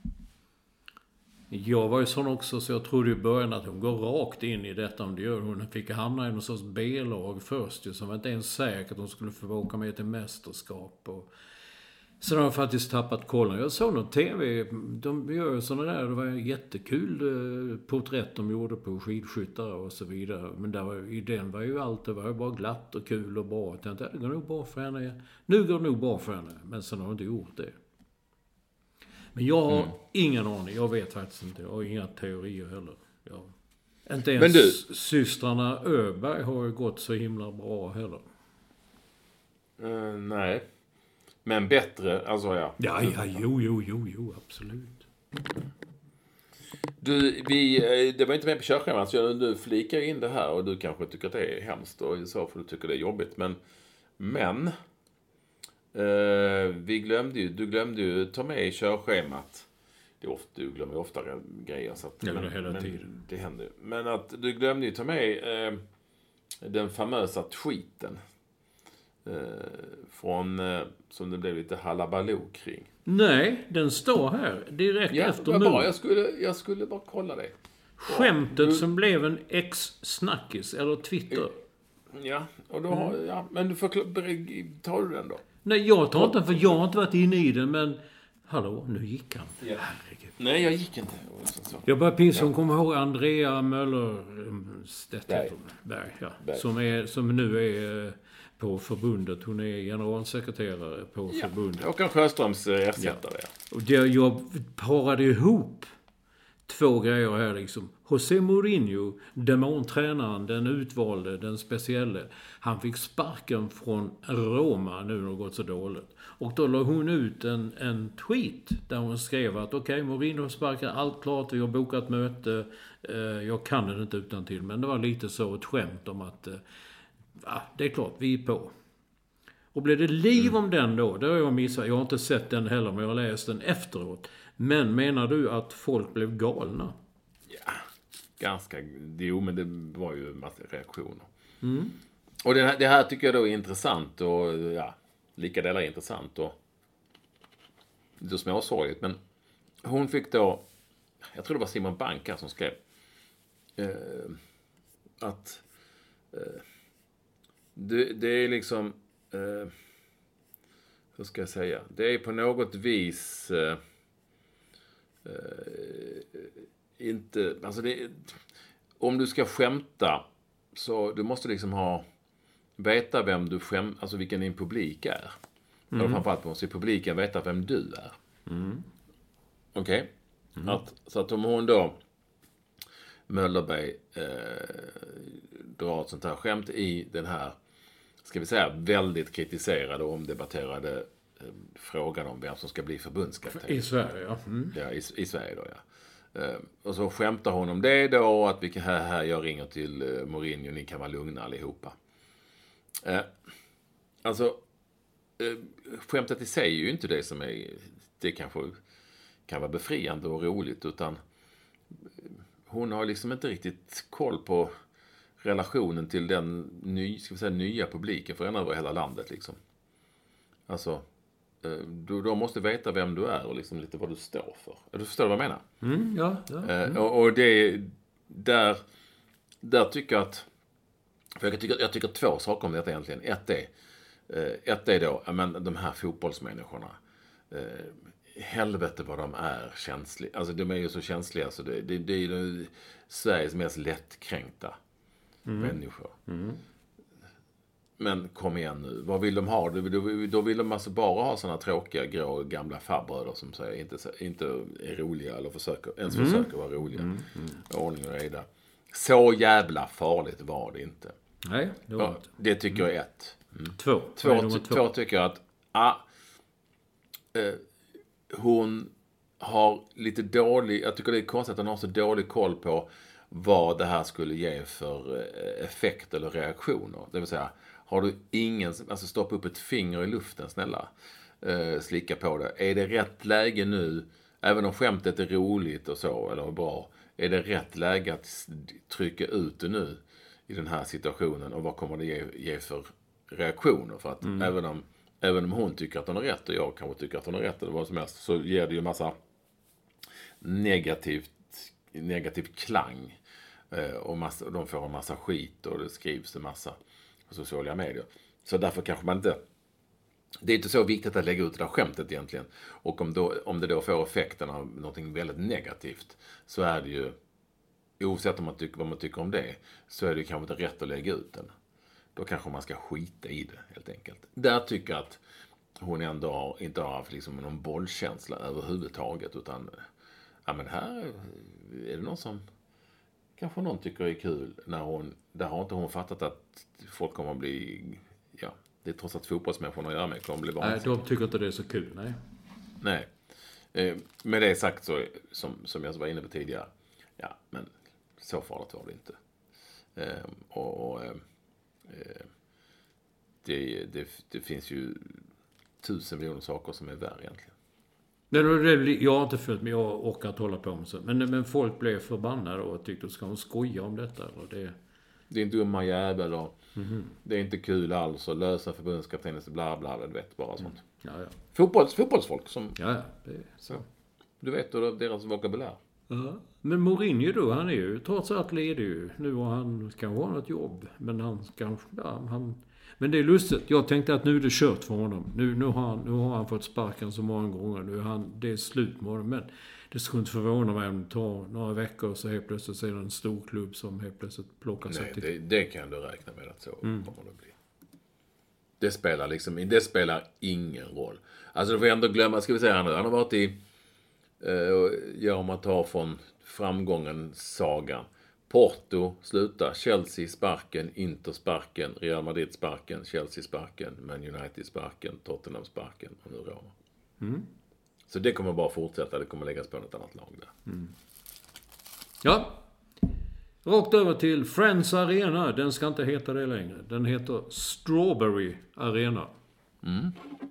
Jag var ju sån också, så jag trodde i början att hon går rakt in i detta om det gör. Hon fick hamna i någon sorts B-lag först, ju, som var inte ens säkert att hon skulle få åka med till mästerskap. Och så de har faktiskt tappat kollen. Jag såg någon tv, de gör sådana där, det var jättekul porträtt de gjorde på skidskyttare och så vidare. Men där var, i den var ju allt, det var ju bara glatt och kul och bra. Jag tänkte, det går nog bra för henne. Nu går det nog bra för henne, men sen har hon inte gjort det. Men jag har mm. ingen aning, jag vet faktiskt inte. Jag har inga teorier heller. Jag, inte ens du... systrarna Öberg har ju gått så himla bra heller. Uh, nej. Men bättre, alltså ja. Ja, ja, jo, jo, jo, jo, absolut. Du, vi, det var inte med på körschemat, så du flikar in det här och du kanske tycker att det är hemskt och så för du tycker det är jobbigt. Men, men eh, vi glömde ju, du glömde ju ta med i körschemat. Det är ofta, du glömmer ofta grejer. Så att, ja, men, det hela men, tiden. Det händer. Men att du glömde ju ta med eh, den famösa tweeten. Eh, från, eh, som det blev lite halabaloo kring. Nej, den står här direkt ja, efter nu. Bara, jag, skulle, jag skulle bara kolla det. Skämtet du... som blev en ex-snackis, eller Twitter. Ja, och då har, mm. ja, men du får, tar du den då? Nej, jag tar inte den, för jag har inte varit inne i den, men hallå, nu gick han. Ja. Herregud. Nej, jag gick inte. Så. Jag bara pinsa, hon kommer ihåg Andrea Möller Berg, Berg, ja, Berg. Som, är, som nu är på förbundet. Hon är generalsekreterare på ja, förbundet. Håkan Sjöströms ersättare. Ja. Och det, jag parade ihop två grejer här liksom. José Mourinho, demontränaren, den utvalde, den speciella. Han fick sparken från Roma nu när det gått så dåligt. Och då la hon ut en, en tweet där hon skrev att okej, okay, Mourinho sparkar, allt klart, vi har bokat möte. Eh, jag kan det inte utan till, men det var lite så ett skämt om att eh, ja, det är klart, vi är på. Och blev det liv mm. om den då? Det har jag missat. Jag har inte sett den heller, men jag har läst den efteråt. Men menar du att folk blev galna? Ja, ganska. Jo, men det var ju en massa reaktioner. Mm. Och det här, det här tycker jag då är intressant och ja, lika delar är intressant och lite småsorgligt. Men hon fick då, jag tror det var Simon Bank här som skrev eh, att eh, det, det är liksom eh, hur ska jag säga? Det är på något vis eh, eh, inte, alltså det, om du ska skämta så du måste liksom ha veta vem du skäm, alltså vilken din publik är. Mm. Eller framförallt måste publiken veta vem du är. Mm. Okej? Okay? Mm. Att, så att om hon då Möllerberg eh, drar ett sånt här skämt i den här, ska vi säga, väldigt kritiserade och omdebatterade eh, frågan om vem som ska bli förbundskapten. I Sverige, ja. Mm. Ja, i, i Sverige då, ja. Uh, och så skämtar hon om det då, att vi kan, här, här, jag ringer till uh, Mourinho, ni kan vara lugna allihopa. Uh, alltså, uh, skämtet i sig är ju inte det som är, det kanske kan vara befriande och roligt, utan hon har liksom inte riktigt koll på relationen till den ny, ska vi säga, nya publiken för en över hela landet liksom. Alltså, Du, du måste veta vem du är och liksom lite vad du står för. Du förstår vad jag menar? Mm, ja. ja mm. Eh, och, och det där, där tycker jag att, för jag tycker, jag tycker två saker om detta egentligen. Ett är, eh, ett är då, men de här fotbollsmänniskorna. Eh, helvete vad de är känsliga. Alltså de är ju så känsliga så det, det, det är ju Sveriges mest lättkränkta mm. människor. Mm. Men kom igen nu, vad vill de ha? Då, då vill de alltså bara ha såna tråkiga grå gamla farbröder som säger inte, inte är roliga eller försöker, ens mm. försöker vara roliga. Mm. Mm. Ordning och reda. Så jävla farligt var det inte. Nej, det var ja, inte. Det tycker jag är ett. Mm. Två. Två, två. två tycker jag att ah, eh, hon har lite dålig, jag tycker det är konstigt att hon har så dålig koll på vad det här skulle ge för effekt eller reaktioner. Det vill säga, har du ingen, alltså stoppa upp ett finger i luften, snälla. Eh, slicka på det. Är det rätt läge nu, även om skämtet är roligt och så, eller bra, är det rätt läge att trycka ut det nu i den här situationen och vad kommer det ge, ge för reaktioner? För att mm. även, om, även om hon tycker att hon har rätt och jag kanske tycker att hon har rätt eller vad som helst, så ger det ju massa negativt, negativ klang. Eh, och, massa, och de får en massa skit och det skrivs en massa på sociala medier. Så därför kanske man inte... Det är inte så viktigt att lägga ut det där skämtet egentligen. Och om, då, om det då får effekten av någonting väldigt negativt, så är det ju, oavsett om man tycker, vad man tycker om det, så är det kanske inte rätt att lägga ut den. Då kanske man ska skita i det, helt enkelt. Där tycker jag att hon ändå har, inte har haft liksom någon bollkänsla överhuvudtaget, utan ja, men här är det någon som kanske någon tycker är kul, när hon, där har inte hon fattat att folk kommer att bli, ja, det är trots att fotbollsmänniskorna gör med kommer att bli vansinnigt. Nej, de tycker inte det är så kul, nej. Nej. Eh, med det sagt så, som, som jag var inne på tidigare, ja, men så farligt var det inte. Eh, och och eh, det, det, det finns ju tusen miljoner saker som är värre egentligen. Det, det, jag har inte följt, men jag orkar att hålla på med så. Men, men folk blev förbannade och tyckte att ska de skoja om detta. Och det... det är inte dumma jävel och mm-hmm. det är inte kul alls och lösa förbundskaptenen och bla bla, du vet, bara sånt. Ja, ja. Fotbolls, fotbollsfolk som... Ja, ja. Det är så. Du vet då deras vokabulär. Ja. Men Mourinho då, han är ju trots allt ledig ju. Nu har han kanske har något jobb. Men han kanske... Ja, han... Men det är lustigt. Jag tänkte att nu är det kört för honom. Nu, nu, har, han, nu har han fått sparken så många gånger. Nu är han, det är slut med honom. Men det skulle inte förvåna mig om det tar några veckor så helt plötsligt så är det en stor klubb som helt plötsligt plockar sig till. Nej, det, det kan du räkna med att så mm. kommer det bli. Det spelar liksom, det spelar ingen roll. Alltså du får ändå glömma, ska vi säga nu, han har varit i, eh, ja om man tar från framgången sagan. Porto slutar, Chelsea sparken, Inter sparken, Real Madrid sparken, Chelsea sparken, Man United sparken, Tottenham sparken och nu Roma. Mm. Så det kommer bara fortsätta, det kommer läggas på något annat lag där. Mm. Ja, rakt över till Friends Arena. Den ska inte heta det längre. Den heter Strawberry Arena. Mm.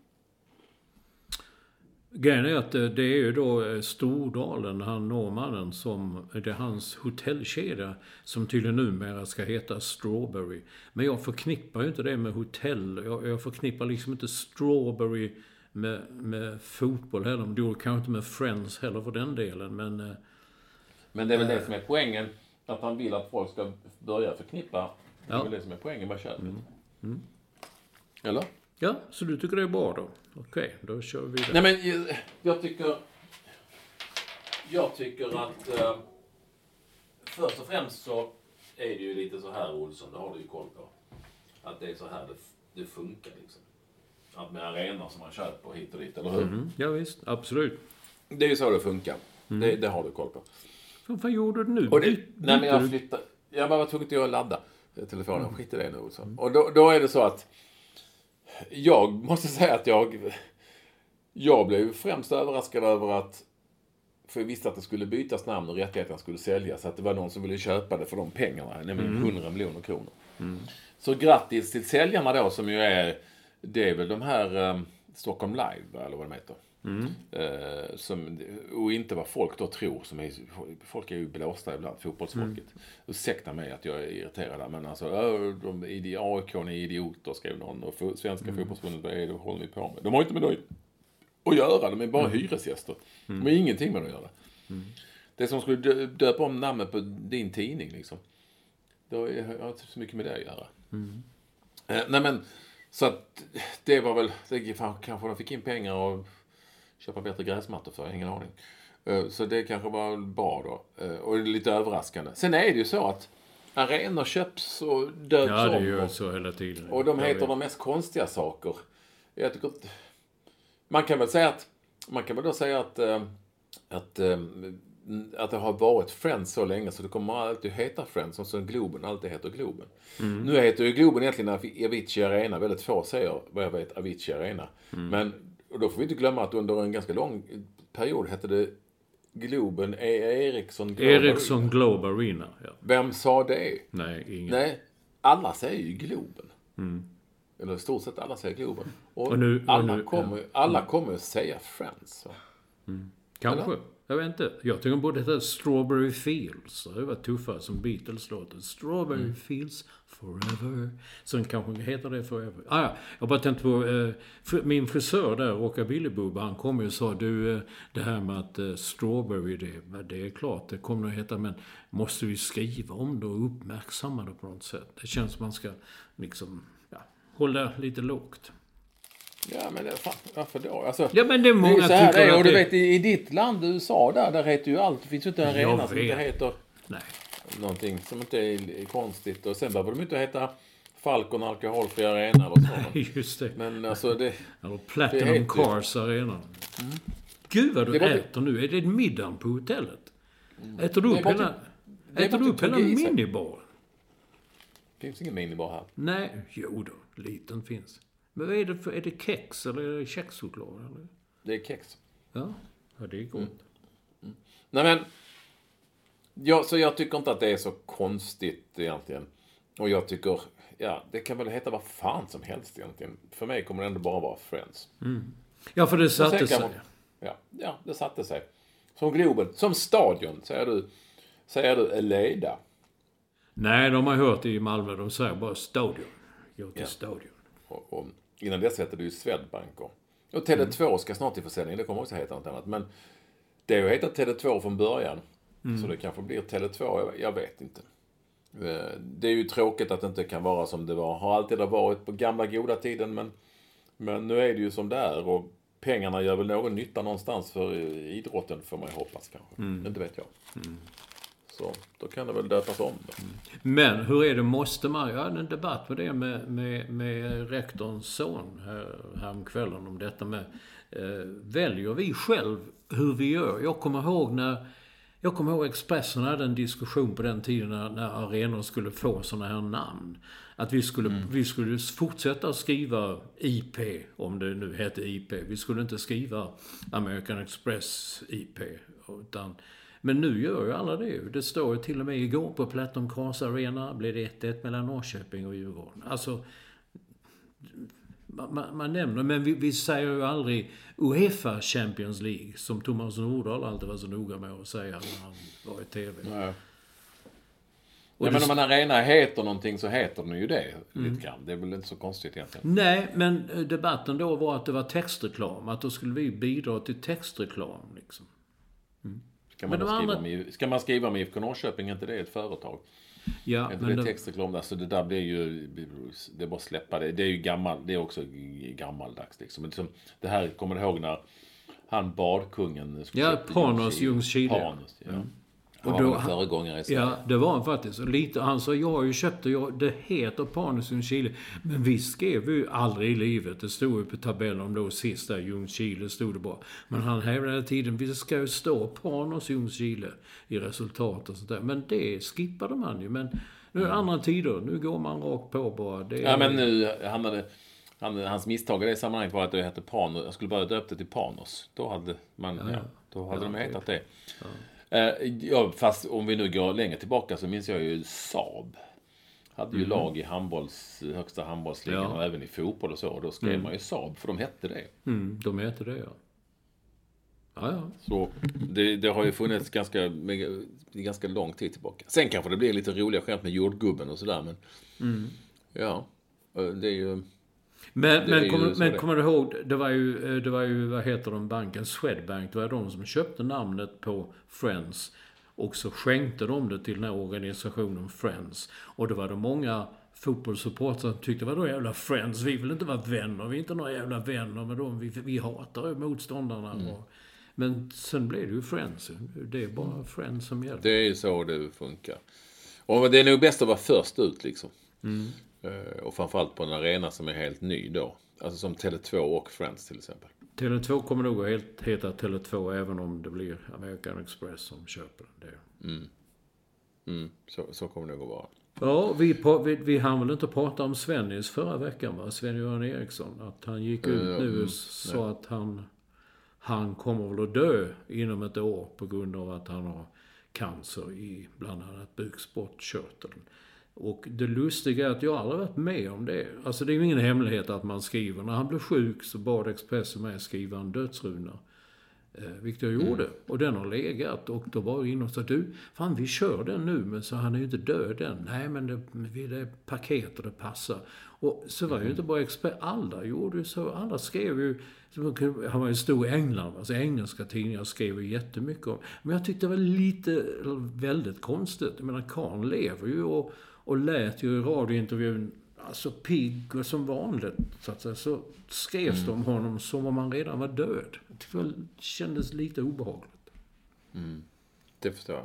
Grejen är att det är ju då Stordalen, han norrmannen, som det är hans hotellkedja som tydligen numera ska heta Strawberry. Men jag förknippar ju inte det med hotell. Jag, jag förknippar liksom inte Strawberry med, med fotboll heller. Det går kanske inte med Friends heller för den delen. Men, men det är väl äh, det som är poängen. Att han vill att folk ska börja förknippa. Det är ja. väl det som är poängen med köpet. Mm. Mm. Eller? Ja, så du tycker det är bra då? Okej, då kör vi vidare. Nej, men jag, jag tycker... Jag tycker att... Eh, först och främst så är det ju lite så här, Olsson, det har du ju koll på. Att det är så här det, det funkar liksom. Att med arenor som man köper hit och dit, eller hur? Mm, ja visst, absolut. Det är ju så det funkar. Mm. Det, det har du koll på. Vad fan gjorde du nu? Och det, By- nej, men jag flyttade... Jag bara var tvungen till att ladda telefonen. Mm. Skit i det nu, Olsson. Mm. Och då, då är det så att... Jag måste säga att jag... Jag blev främst överraskad över att... För jag visste att det skulle bytas namn och rättigheterna skulle säljas. Så att det var någon som ville köpa det för de pengarna. Nämligen mm. hundra miljoner kronor. Mm. Så grattis till säljarna då, som ju är... Det är väl de här um, Stockholm Live, eller vad de heter. Mm. Uh, som, och inte vad folk då tror. Som är, folk är ju blåsta ibland, fotbollsfolket. Mm. Ursäkta mig att jag är irriterad. Men alltså, de, de, A I K är idioter, skrev någon. Och för, svenska mm. fotbollsförbundet, vad är det håller ni på med? De har inte med det att göra. De är bara mm. hyresgäster. Mm. De har ingenting med det att göra. Mm. Det som skulle dö, döpa om namnet på din tidning, liksom. Då har jag inte så mycket med det att göra. Mm. Uh, nej men... Så att det var väl, det, fan, kanske de fick in pengar och köpa bättre gräsmattor för, ingen aning. Så det kanske var bra då. Och lite överraskande. Sen är det ju så att arenor köps och döps om. Ja, det gör så hela tiden. Och de heter de mest konstiga saker. Jag tycker att man kan väl säga att man kan väl då säga att att, att det har varit Friends så länge så det kommer alltid heta Friends som så Globen alltid heter Globen. Mm. Nu heter ju Globen egentligen Avicii Arena. Väldigt få säger vad jag vet Avicii Arena. Mm. Men och då får vi inte glömma att under en ganska lång period hette det Globen Ericsson Globe Ericsson Arena. Globe Arena, ja. Vem sa det? Nej, ingen. Nej, alla säger ju Globen. Mm. Eller i stort sett alla säger Globen. Och, och nu, alla, och nu, kommer, ja. alla kommer att säga Friends. Mm. Kanske. Eller? Jag vet inte. Jag tycker både det heter Strawberry Fields. Det var tuffare som Beatles låter. Strawberry mm. Fields Forever. Sen kanske heter det Forever. Ah, ja. Jag bara tänkte på eh, min frisör där, Rockabilly Boob, han kom ju och sa du, eh, det här med att eh, Strawberry, det, det är klart, det kommer att heta, men måste vi skriva om det och uppmärksamma det på något sätt? Det känns som man ska liksom, ja, hålla lite lågt. Ja, men det, fan, varför då? Alltså, ja, men det är många det är tycker det, att och du det... vet, i, i ditt land, U S A, där, där heter ju allt. Det finns ju inte en arena som inte heter Nej. någonting som inte är, är konstigt. Och sen behöver de inte heta Falcon alkoholfri arena eller så. Nej, just det. Men alltså det... Eller Platinum det Cars arena. Mm. Gud vad du det äter det... nu. Är det middagen på hotellet? Mm. Äter du upp hela, äter du upp hela minibar? Det finns ingen minibar här. Nej, jo då. Liten finns. Men vad är det för, är det kex eller är det kexchoklad? Eller? Det är kex. Ja, ja det är gott. Mm. Mm. Nej men, ja, så jag tycker inte att det är så konstigt egentligen. Och jag tycker, ja, det kan väl heta vad fan som helst egentligen. För mig kommer det ändå bara vara Friends. Mm. Ja, för det satte sig. Man, ja, ja, det satte sig. Som Globen, som stadion, säger du, säger du Eleda. Nej, de har hört i Malmö, de säger bara stadion. Gå till ja. stadion. Och, och innan dess hette det ju Swedbank. Och, och Tele två mm. ska snart till försäljning. Det kommer också heta något annat. Men det har ju hetat Tele två från början. Mm. Så det kanske blir Tele två. Jag, jag vet inte. Det är ju tråkigt att det inte kan vara som det var. Har alltid varit på gamla goda tiden. Men, men nu är det ju som det är. Och pengarna gör väl någon nytta någonstans för idrotten. Får man ju hoppas kanske. Mm. Inte vet jag. Mm. Så då kan det väl döpas om det. Men hur är det, måste man, jag hade en debatt med det med, med, med rektorns son här, häromkvällen om detta med, eh, väljer vi själv hur vi gör? Jag kommer ihåg när, jag kommer ihåg Expressen hade en diskussion på den tiden när, när arenor skulle få såna här namn. Att vi skulle, mm. vi skulle fortsätta skriva I P, om det nu heter I P. Vi skulle inte skriva American Express I P, utan... Men nu gör ju alla det. Det står ju till och med igår på Platinum Cars Arena blev det ett ett mellan Norrköping och Djurgården. Alltså, man, man nämner, men vi, vi säger ju aldrig UEFA Champions League, som Thomas Nordahl alltid var så noga med att säga när han var i tv. Nej. Och ja, men om en arena heter någonting så heter den ju det mm. lite grann. Det är väl inte så konstigt egentligen. Nej, men debatten då var att det var textreklam. Att då skulle vi bidra till textreklam liksom. Mm. Ska man, skriva andra... om, ska man skriva om I F K Norrköping, inte det är ett företag? Ja, inte men det är textreklam där, så det där blir ju, det är bara släppa det. Det är ju gammal, det är också gammaldags liksom. Men liksom, det här kommer du ihåg när han badkungen ja, Panos Ljungskile. Panos, ja. Mm. Och då, föregångare i Sverige. Ja, det var han faktiskt. Och lite, han sa, jag har ju köpt och jag, det heter Panos Ljungskile. Men vi skrev ju aldrig i livet. Det stod ju på tabellen om då sist där, Ljungskile stod det bara. Men han hävdade hela tiden, vi ska ju stå Panos Ljungskile i resultat och sånt där. Men det skippade man ju. Men nu är det andra tider, nu går man rakt på bara. Det är... Ja, men nu hamnade... Han, hans misstag i det sammanhanget var att det hette Panos. Jag skulle bara döpt det till Panos. Då hade man, ja, ja, då hade ja, de hetat det. Ja. Ja, fast om vi nu går längre tillbaka så minns jag ju Saab. Hade ju mm. lag i handbolls, högsta handbollsligan ja. och även i fotboll och så. Och då skrev mm. man ju Saab, för de hette det. Mm, de hette det, ja. Ja, ja. Så det, det har ju funnits ganska, ganska lång tid tillbaka. Sen kanske det blir lite roliga skämt med jordgubben och sådär. Men mm. ja, det är ju... Men, men, kom, men kommer du ihåg, det var ju, det var ju, vad heter de, banken, Swedbank, det var de som köpte namnet på Friends. Och så skänkte de det till den här organisationen Friends. Och det var det många fotbollssupportrar som tyckte, vadå jävla Friends? Vi vill inte vara vänner, vi är inte några jävla vänner med dem. Vi, vi hatar motståndarna. Mm. Och, men sen blev det ju Friends. Det är bara Friends som gäller. Det är ju så det funkar. Och det är nog bäst att vara först ut liksom. Mm. Och framförallt på en arena som är helt ny då. Alltså som Tele två och Friends till exempel. Tele två kommer nog att helt heta Tele två även om det blir American Express som köper det. Mm. Mm. Så, så kommer det nog att vara. Ja, vi, på, vi, vi hann väl inte prata om Svennis förra veckan, va? Sven-Göran Eriksson. Att han gick ut mm, nu och sa mm, att han, han kommer väl att dö inom ett år på grund av att han har cancer i bland annat bukspottkörteln. Och det lustiga är att jag aldrig varit med om det. Alltså det är ju ingen hemlighet att man skriver. När han blev sjuk så bad Expressen med att skriva en dödsruna. Eh, vilket jag gjorde. Mm. Och den har legat. Och då var jag inne och sa, du, fan vi kör den nu. Men så han är ju inte död än. Nej men det, det är paket och det passar. Och så var ju inte bara Expressen. Alla gjorde ju så. Alla skrev ju. Han var ju stor i England. Alltså engelska tidningar skrev ju jättemycket om. Men jag tyckte det var lite, väldigt konstigt. Jag menar, Karl lever ju och Och lät ju i radiointervjun alltså pigg och som vanligt. Så, att säga, så skrevs mm. det om honom som om han redan var död. Det kändes lite obehagligt. Mm. Det förstår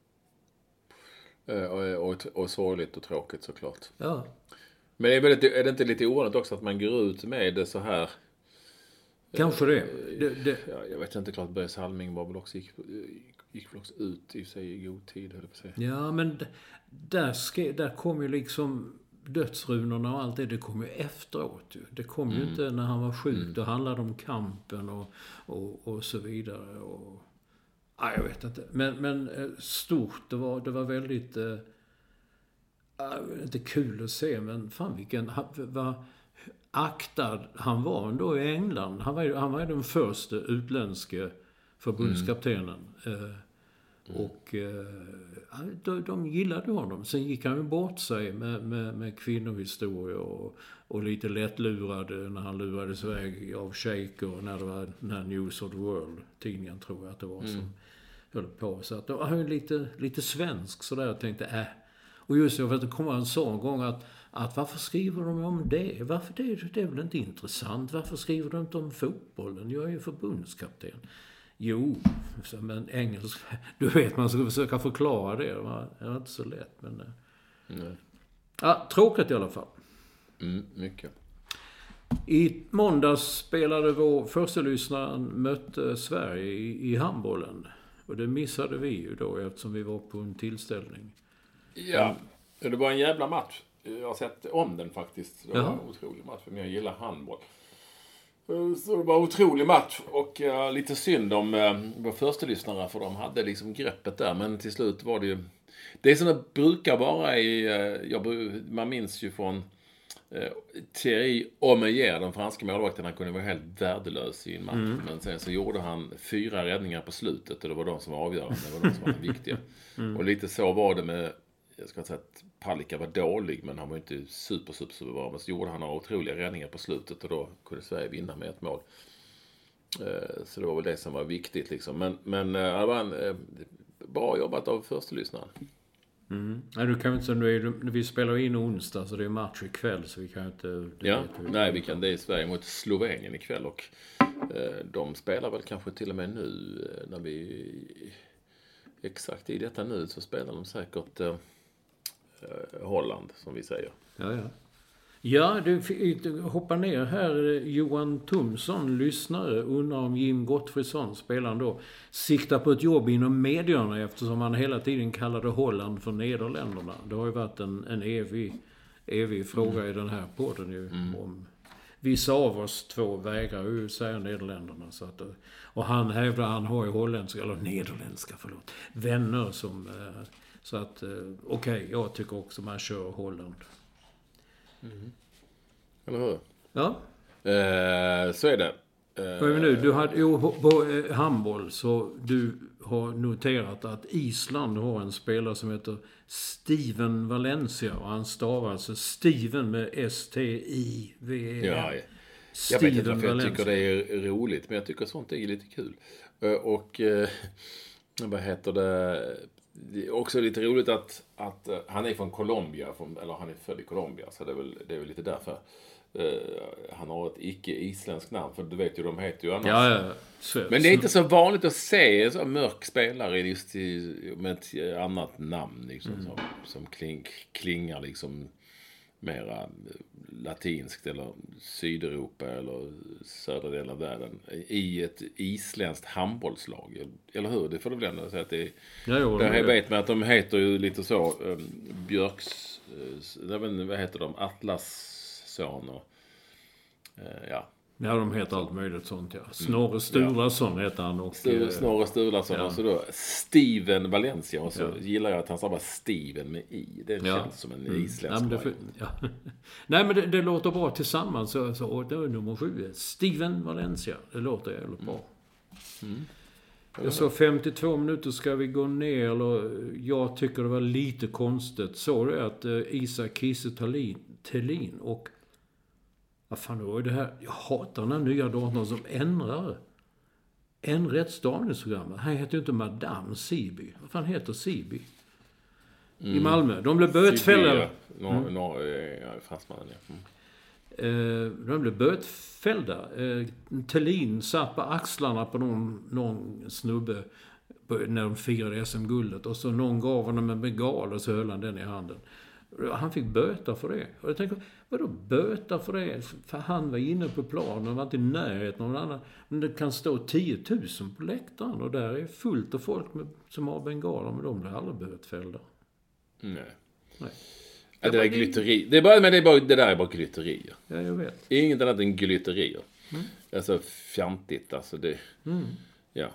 jag. Och, och, och sorgligt och tråkigt såklart. Ja. Men är, väldigt, är det inte lite ovanligt också att man går ut med det så här? Kanske det. det, det. Ja, jag vet inte, klart Börje Salming var väl också, gick, gick väl också ut i sig i god tid, höll jag på att säga. Ja, men där, ska, där kom ju liksom dödsrunorna och allt det, det kom ju efteråt. Ju. Det kom mm. ju inte när han var sjuk. Mm. Då handlade det om kampen och, och, och så vidare. Och, ja, jag vet inte. Men, men stort, det var, det var väldigt äh, inte kul att se, men fan vilken... Vad, aktad han var ändå i England. Han var ju, han var ju den första utländske förbundskaptenen. Mm. Eh, och eh, de, de gillade honom. Sen gick han ju bort sig med, med, med kvinnohistoria och, och lite lättlurad när han lurades iväg av Shaker när det var när News of the World tidningen tror jag att det var mm. som höll på. Så att det var ju lite, lite svensk sådär. Jag tänkte äh. Och just så för att det kom en sån gång att Att varför skriver de om det? Varför det, det är väl inte intressant? Varför skriver de inte om fotbollen? Jag är ju förbundskapten. Jo, men engelska... Du vet, man ska försöka förklara det. Det var inte så lätt, men... Nej. Ja, tråkigt i alla fall. Mm, mycket. I måndags spelade vår första lyssnaren mötte Sverige i, i handbollen. Och det missade vi ju då eftersom vi var på en tillställning. Ja, det var en jävla match. Jag har sett om den faktiskt. Det var en otrolig match, för jag gillar handboll. Så det var en otrolig match. Och uh, lite synd om uh, våra första lyssnare, för de hade liksom greppet där. Men till slut var det ju... Det är som det brukar vara i... Uh, jag, man minns ju från uh, Thierry Omeyer, den franska målvakten. Han kunde vara helt värdelös i en match. Mm. Men sen så gjorde han fyra räddningar på slutet. Och det var de som var avgörande. Det var de som var viktiga. Mm. Och lite så var det med... Jag ska säga att Palicka var dålig, men han var inte super, super, super bra. Men så gjorde han några otroliga räddningar på slutet och då kunde Sverige vinna med ett mål. Så det var väl det som var viktigt liksom. Men, men det var en bra jobbat av första lyssnaren. Mm. Nej, du kan inte säga, nu är, vi spelar in onsdag så det är match ikväll så vi kan inte... Ja, vi nej vi kan, det är Sverige mot Slovenien ikväll och eh, de spelar väl kanske till och med nu när vi... Exakt i detta nu så spelar de säkert... Eh, Holland, som vi säger. Ja, ja. Ja, du hoppar ner här. Johan Thomsson, lyssnare, undrar om Jim Gottfridsson, spelaren då, siktar på ett jobb inom medierna eftersom han hela tiden kallade Holland för Nederländerna. Det har ju varit en, en evig, evig fråga mm. i den här podden ju. Mm. Om vissa av oss två vägrar ju säga Nederländerna. Så att, och han hävdar han har ju holländska, eller nederländska, förlåt, vänner som... Så att, okej, okay, jag tycker också man kör Holland. Mm. Eller hur? Ja. Eh, så är det. Eh, Vad är vi nu? Du hade, jo, på eh, handboll så du har noterat att Island har en spelare som heter Steven Valencia. Och han stavar alltså Steven med S T I V E N. Ja, jag vet inte varför jag tycker det är roligt, men jag tycker sånt är lite kul. Eh, och, eh, vad heter det... det är också lite roligt att, att uh, han är från Colombia, från, eller han är född i Colombia, så det är väl, det är väl lite därför. Uh, han har ett icke-isländskt namn, för du vet ju, de heter ju annars. Ja, ja. Så, men det är inte så vanligt att se så mörk spelare just i, med ett annat namn liksom, mm. som, som kling, klingar liksom mera latinskt eller Sydeuropa eller södra delen av världen i ett isländskt handbollslag, eller hur? Det får du väl ändå säga att det är. Ja, jo, det jag vet med att de heter ju lite så um, Björks uh, jag vet inte, vad heter de? Atlasson och uh, ja. Ja, de heter allt möjligt sånt, ja. Snorre Sturlason ja. heter han. Och, Stur, Snorre Sturlason ja. och så då Steven Valencia. Och så ja. gillar jag att han sa bara Steven med i. Det ja. känns som en mm. isländsk Nej, men, det, ja. Nej, men det, det låter bra tillsammans. Så, så, och det är nummer sju. Steven Valencia. Det låter jävligt bra. Mm. Jag sa femtiotvå minuter ska vi gå ner. Eller, jag tycker det var lite konstigt. Så det är att uh, Isak Kiese Thelin och vad fan då är det här? Jag hatar den här nya datorn som ändrar ändrar ett stavningsprogram. Han heter ju inte Madame Siby. Vad fan heter Siby? Mm. I Malmö. De blev bötfällda. Nå, mm. nå, ja, fransmannen, ja. Mm. Eh, de blev bötfällda. Eh, Thelin satt på axlarna på någon, någon snubbe på, när de firade S M-guldet. Och så någon gav honom en bengal och så höll han den i handen. Han fick böta för det. Och jag tänker, vadå böta för det? För han var inne på planen och var inte i närheten av någon annan. Men det kan stå tio tusen på läktaren och där är fullt av folk med, som har bengaler, men de blir aldrig bötfällda. Nej. Nej. Ja, det, där är glytteri. Det, är bara, men det, är bara, det där är bara glytterier. Ja, jag vet. Inget annat än glytterier. Mm. Alltså fjantigt, alltså det... Mm. Ja.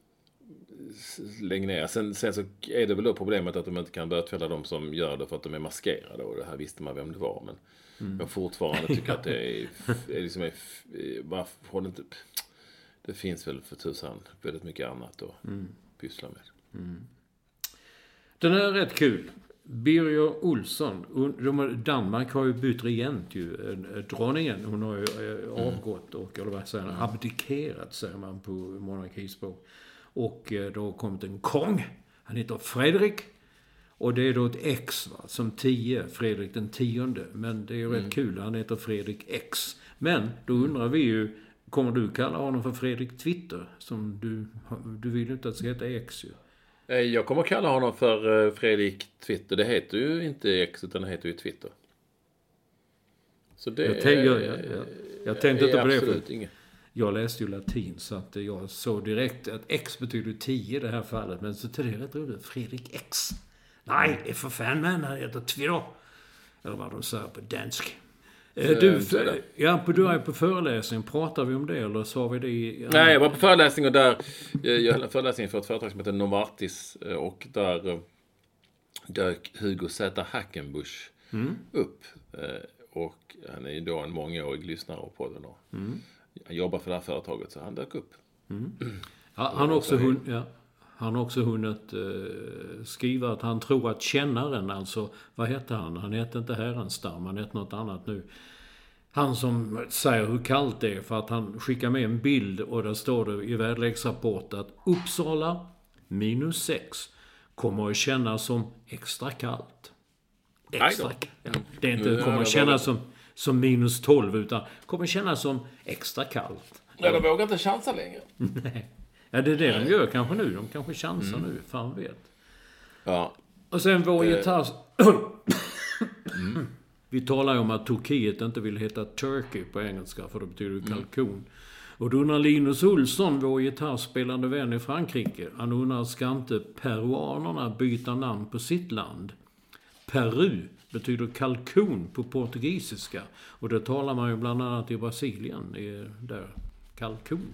Lägg ner. Sen, sen så är det väl då problemet att de inte kan bötfälla de som gör det för att de är maskerade, och det här visste man vem det var, men mm. jag fortfarande tycker att det är, är liksom är, bara håll inte, det finns väl för tusan väldigt mycket annat att mm. pyssla med. Mm. Den är rätt kul. Birger Olsson, Danmark har ju bytt regent ju, dronningen, hon har ju avgått och, eller vad säger man, abdikerat säger man på monarkispråk. Och då har kommit en kung. Han heter Fredrik. Och det är då ett X va? Som tio. Fredrik den tionde. Men det är ju mm. rätt kul. Han heter Fredrik X. Men då undrar vi ju. Kommer du kalla honom för Fredrik Twitter? Som du, du vill ju inte att det ska heta X ju. Jag kommer kalla honom för Fredrik Twitter. Det heter ju inte X utan det heter ju Twitter. Så det jag, tänk, jag, jag, jag, jag tänkte inte på det. Absolut inget. Jag läste ju latin så att jag såg direkt att X betyder tio i det här fallet. Men så till det rätt roligt. Fredrik X. Nej, det är för fan man. Han heter Twitter. Eller vad de säger på dansk. Mm, du, för, ja, på, du är på föreläsning. Pratar vi om det eller sa vi det i... Nej, jag var på föreläsning och där... Jag höll en föreläsning för ett företag som heter Novartis. Och där dök Hugo Z. Hackenbusch mm. upp. Och han är ju då en mångårig lyssnare på podden då. Mm. Han jobbar för det här företaget så han dök upp. Mm. Ja, han har också hun, ja, han har också hunnit uh, skriva att han tror att kännaren, alltså vad heter han? Han heter inte Härenstam, han heter något annat nu. Han som säger hur kallt det är för att han skickar med en bild och där står det i väderleksrapport att Uppsala minus sex kommer att kännas som extra kallt. Extra, ja, det är inte kommer att kännas som som minus tolv utan kommer kännas som extra kallt. Ja, de vågar inte chansa längre. Nej. Ja, det är det de gör kanske nu. De kanske chansar mm. nu, fan vet. Ja. Och sen vår gitarr... mm. Vi talar ju om att Turkiet inte vill heta Turkey på engelska för det betyder ju kalkon. Mm. Och då undrar Linus Olsson, vår gitarrspelande vän i Frankrike, han undrar ska inte peruanerna byta namn på sitt land? Peru betyder kalkon på portugisiska. Och det talar man ju bland annat i Brasilien. Där, kalkon.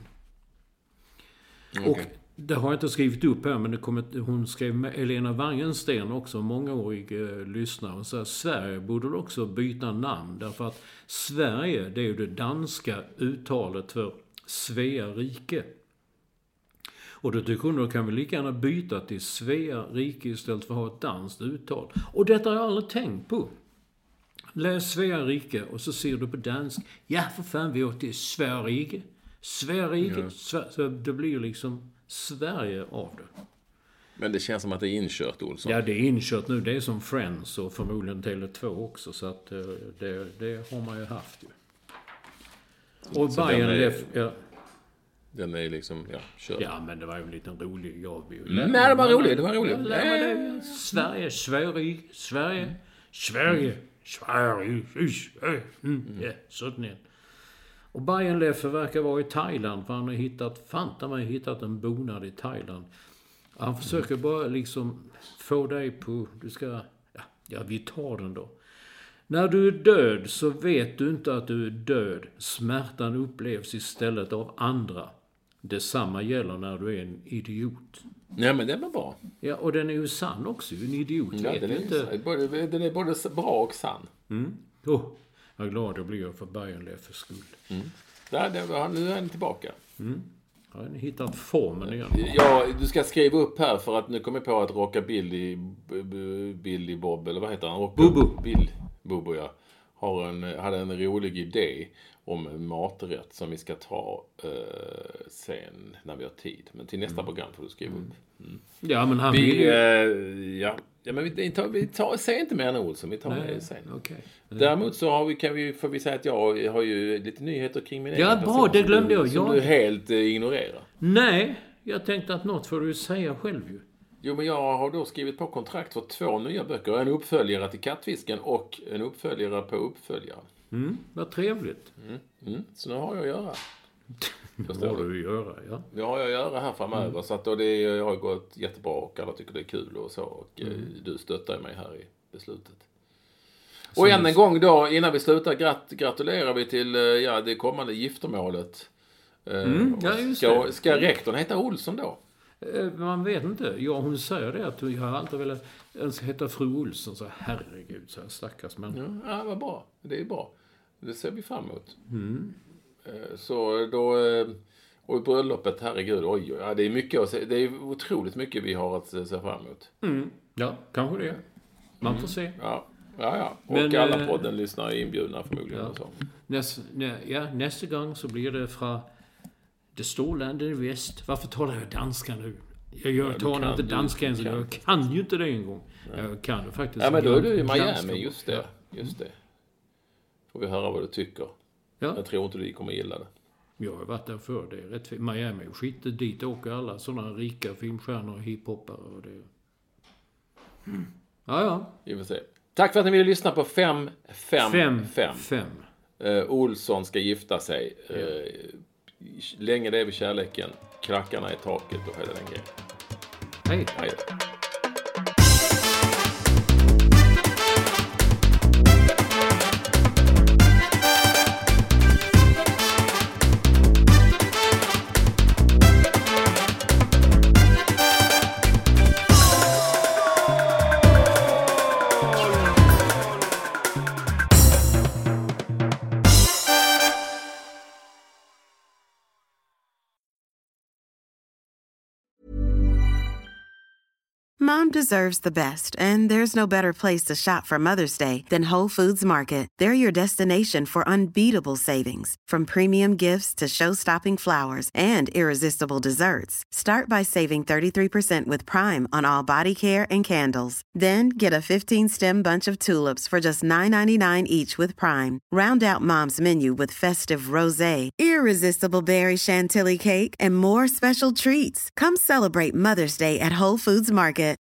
Okay. Och det har jag inte skrivit upp här. Men det kommer, hon skrev med Elena Wangensten också. Mångårig eh, lyssnare. Och så här, Sverige borde också byta namn. Därför att Sverige det är ju det danska uttalet för Svea rike. Och då tycker hon då kan vi lika gärna byta till Svea rike istället för att ha ett danskt uttal. Och detta har jag aldrig tänkt på. Läs Svea rike och så ser du på dansk. Ja, för fan vi åt till Svea rike. Svea rike. Ja. Så det blir liksom Sverige av det. Men det känns som att det är inkört, Olsson. Ja, det är inkört nu. Det är som Friends och förmodligen Tele två också. Så att det, det har man ju haft ju. Och Så Bayern... den är, Lef, ja. den är liksom, ja, körd. Ja, men det var ju en liten rolig jobb. Mm, nej, det var roligt. Det var roligt. Ja, det, Sverige, Sverige, Sverige, mm. Sverige, Sverige, Sverige. Mm. Mm. Ja, sådan en. Och Bayern Leffe verkar vara i Thailand, för han har hittat, fanta mig hittat en bonad i Thailand. Han försöker bara liksom få dig på, du ska, ja, ja vi tar den då. När du är död så vet du inte att du är död. Smärtan upplevs istället av andra. Detsamma gäller när du är en idiot. Nej, men det var bra. Ja, och den är ju sann också, en idiot. Ja, den, är inte... både, den är både bra och sann. Mm. Oh, vad glad jag blir för Bayern Leffes skull. Mm. Där, där, nu är han tillbaka. Mm. Ja, han har hittat formen igen. Ja, du ska skriva upp här för att nu kommer jag på att Rockabilly Billy Bob, eller vad heter han? Rocka, Bobo. Bill, Bobo, ja. Har en, hade en rolig idé om en maträtt som vi ska ta uh, sen när vi har tid. Men till nästa mm. program får du skriva upp. Mm. Ja, men han vi, vill ju... uh, ja. ja, men vi tar, vi tar, säg inte mer än Olsson, vi tar Nej, det sen. Okay. Däremot så har vi, kan vi, får vi säga att jag har ju lite nyheter kring min egen Ja, bra, det glömde jag. Som jag... du helt uh, ignorerar. Nej, jag tänkte att något får du säga själv ju. Jo, men jag har då skrivit på kontrakt för två nya böcker. En uppföljare till Kattfisken och en uppföljare på uppföljaren. Mm, vad trevligt. Mm, mm. Så nu har jag att göra. Vad har du att göra, ja. Det har jag att göra här framöver. Mm. Så att då det har gått jättebra och alla tycker det är kul och så. Och mm. du stöttar mig här i beslutet. Så och än en gång då, innan vi slutar, grat- gratulerar vi till ja, det kommande giftermålet. Mm, ja, just ska, det. ska rektorn heta Olsson då? Man vet inte. Ja, hon säger det att jag har alltid velat heta fru Olsson. Så herregud, så här stackars män. Ja, vad bra. Det är bra. Det ser vi fram emot. Mm. Så då... Och i bröllopet, herregud, oj, ja, det är mycket att se, det är otroligt mycket vi har att se fram emot. Mm. Ja, kanske det. Man får mm. se. Ja, ja, ja. Och Men, alla äh, podden lyssnar inbjudna förmodligen. Ja. Och så. Nästa, nä, ja, nästa gång så blir det från det stora landet i väst. Varför talar jag danska nu? Jag gör ja, talar inte danska ens. Jag kan ju inte det en gång. Ja. Jag kan det faktiskt. Ja, men då är du i Miami, just det. Just det. Får vi höra vad du tycker. Ja. Jag tror inte du kommer gilla det. Jag har varit där för det är rätt fint. Miami är skit, dit åker alla sådana rika filmstjärnor och hiphoppare och det. Mm. Ja, ja. Vi får se. Tack för att ni ville lyssna på fem fem fem. fem. Uh, Olsson ska gifta sig. Ja. Uh, länge lever kärleken. Klackarna i taket och hela den grejen. Hej. Hej. Mom deserves the best, and there's no better place to shop for Mother's Day than Whole Foods Market. They're your destination for unbeatable savings, from premium gifts to show-stopping flowers and irresistible desserts. Start by saving thirty-three percent with Prime on all body care and candles. Then get a fifteen-stem bunch of tulips for just nine ninety-nine each with Prime. Round out Mom's menu with festive rosé, irresistible berry chantilly cake, and more special treats. Come celebrate Mother's Day at Whole Foods Market.